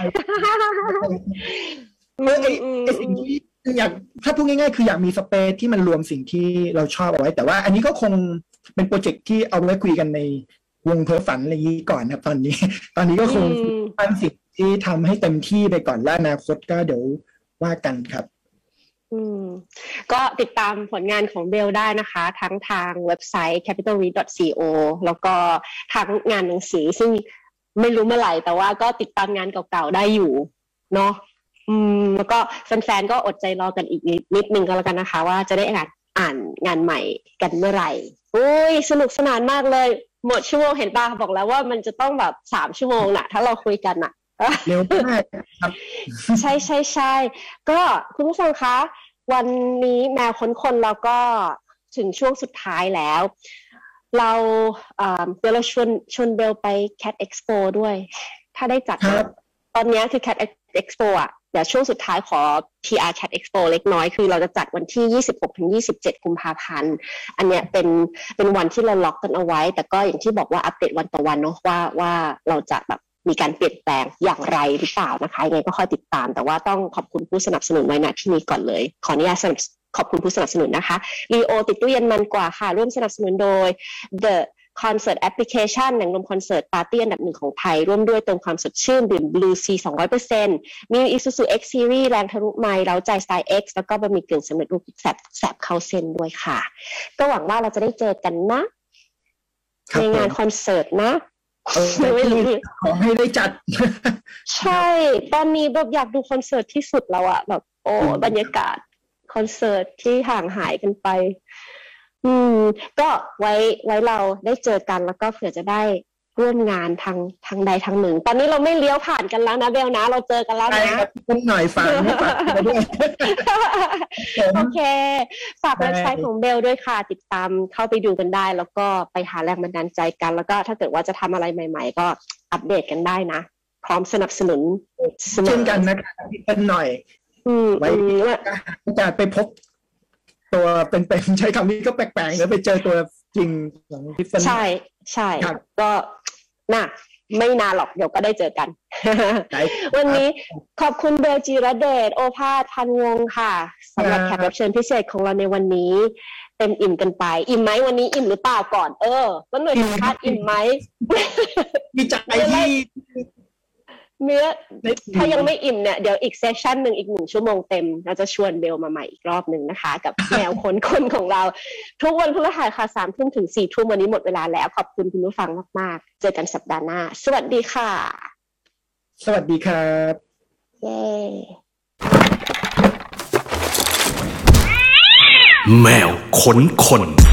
เออไอไอสิ่งที่อยากถ้าพูดง่ายๆคืออยากมีสเปซที่มันรวมสิ่งที่เราชอบเอาไว้แต่ว่าอันนี้ก็คงเป็นโปรเจกต์ที่เอาไว้คุยกันในวงเพ้อฝันอะไรอย่างนี้ก่อนครับตอนนี้ตอนนี้ก็คงตั้งสิ่งที่ทำให้เต็มที่ไปก่อนแล้วอนาคตก็เดี๋ยวว่ากันครับอืมก็ติดตามผลงานของเบลได้นะคะทั้งทางเว็บไซต์ แคปิตอลรีด ดอท ซี โอ แล้วก็ทางงานหนังสือซึ่งไม่รู้เมื่อไหร่แต่ว่าก็ติดตามงานเก่าๆได้อยู่เนาะอืมแล้วก็แฟนๆก็อดใจรอกันอีกนิดนึงก็แล้วกันนะคะว่าจะได้อ่านอ่านงานใหม่กันเมื่อไหร่อุ้ยสนุกสนานมากเลยหมดชั่วโมงเห็นป่ะบอกแล้วว่ามันจะต้องแบบสามชั่วโมงน่ะถ้าเราคุยกันน่ะเร็วมากครับใช่ใช่ใช่ก็คุณผู้ฟังคะวันนี้แมวค้นคนเราก็ถึงช่วงสุดท้ายแล้วเราเอ่อเดี๋ยวเราชวนชวนเบลไป Cat Expo ด้วยถ้าได้จัดตอนนี้คือ Cat Expo อ่ะเดี๋ยวช่วงสุดท้ายขอ พี อาร์ Cat Expo เล็กน้อยคือเราจะจัดวันที่ ยี่สิบหกถึงยี่สิบเจ็ด กุมภาพันธ์อันเนี้ยเป็นเป็นวันที่เราล็อกกันเอาไว้แต่ก็อย่างที่บอกว่าอัปเดตวันต่อวันเนาะว่าว่าเราจะแบบมีการเปลี่ยนแปลงอย่างไรหรือเปล่านะคะยังไงก็ค่อยติดตามแต่ว่าต้องขอบคุณผู้สนับสนุนไว้ณที่นี้ก่อนเลยขออนุญาตขอบคุณผู้สนับสนุนนะคะลีโอติดตู้เย็นมันกว่าค่ะร่วมสนับสนุนโดย The Concert Application แหล่งรวมคอนเสิร์ตปาร์ตี้อันดับหนึ่งของไทยร่วมด้วยเติมความสดชื่นดื่ม Blue Sea สองร้อยเปอร์เซ็นต์ มี Isuzu X Series แรงทะลุไมล์เร้าใจสไตล์ X แล้วก็บะหมี่กึ่งสำเร็จรูปแสบแสบเข้าเส้นด้วยค่ะก็หวังว่าเราจะได้เจอกันนะในงานคอนเสิร์ตนะไม่รู้ขอให้ได้จัดใช่ตอนนี้แบบอยากดูคอนเสิร์ตที่สุดแล้วอะแบบโอ้บรรยากาศคอนเสิร์ตที่ห่างหายกันไปอืมก็ไว้ไว้เราได้เจอกันแล้วก็เผื่อจะได้ร่วมงานทางทางใดทางหนึ่งตอนนี้เราไม่เลี้ยวผ่านกันแล้วนะเบลนะเราเจอกันแล้วนะคุณหน่อยฝากฝากไปด้วยโอเคฝากเว็บไซต์ของเบลด้วยค่ะติดตามเข้าไปดูกันได้แล้วก็ไปหาแรงบันดาลใจกันแล้วก็ถ้าเกิดว่าจะทำอะไรใหม่ๆก็อัปเดตกันได้นะพร้อมสนับสนุนเช่นกันนะครับพี่เป็นหน่อยไว้โอกาสไปพบตัวเป็นๆใช้คำนี้ก็แปลกๆแล้วไปเจอตัวจริงของพี่เป็นใช่ใช่ก็น่ะไม่นานหรอกเดี๋ยวก็ได้เจอกันวันนี้ขอบคุณเบลจิรเดชโอภาสพันวงศ์ค่ะสำหรับแขกรับเชิญพิเศษของเราในวันนี้เต็มอิ่มกันไปอิ่มไหมวันนี้อิ่มหรือเปล่าก่อนเออต้นหน่วยสัมภาษณ์อิ่มไหมมีจักรที่เนื้อถ้ายังไม่อิ่มเนี่ยเดี๋ยวอีกเซสชั่นหนึ่งอีกหนึ่งชั่วโมงเต็มเราจะชวนเบลมาใหม่อีกรอบหนึ่งนะคะกับแนวคนคนของเราทุกวันพฤหัสค่ะสามทุ่มถึงสี่ทุ่มวันนี้หมดเวลาแล้วขอบคุณคุณผู้ฟังมากๆเจอกันสัปดาห์หน้าสวัสดีค่ะสวัสดีครับเย้แมวขนคน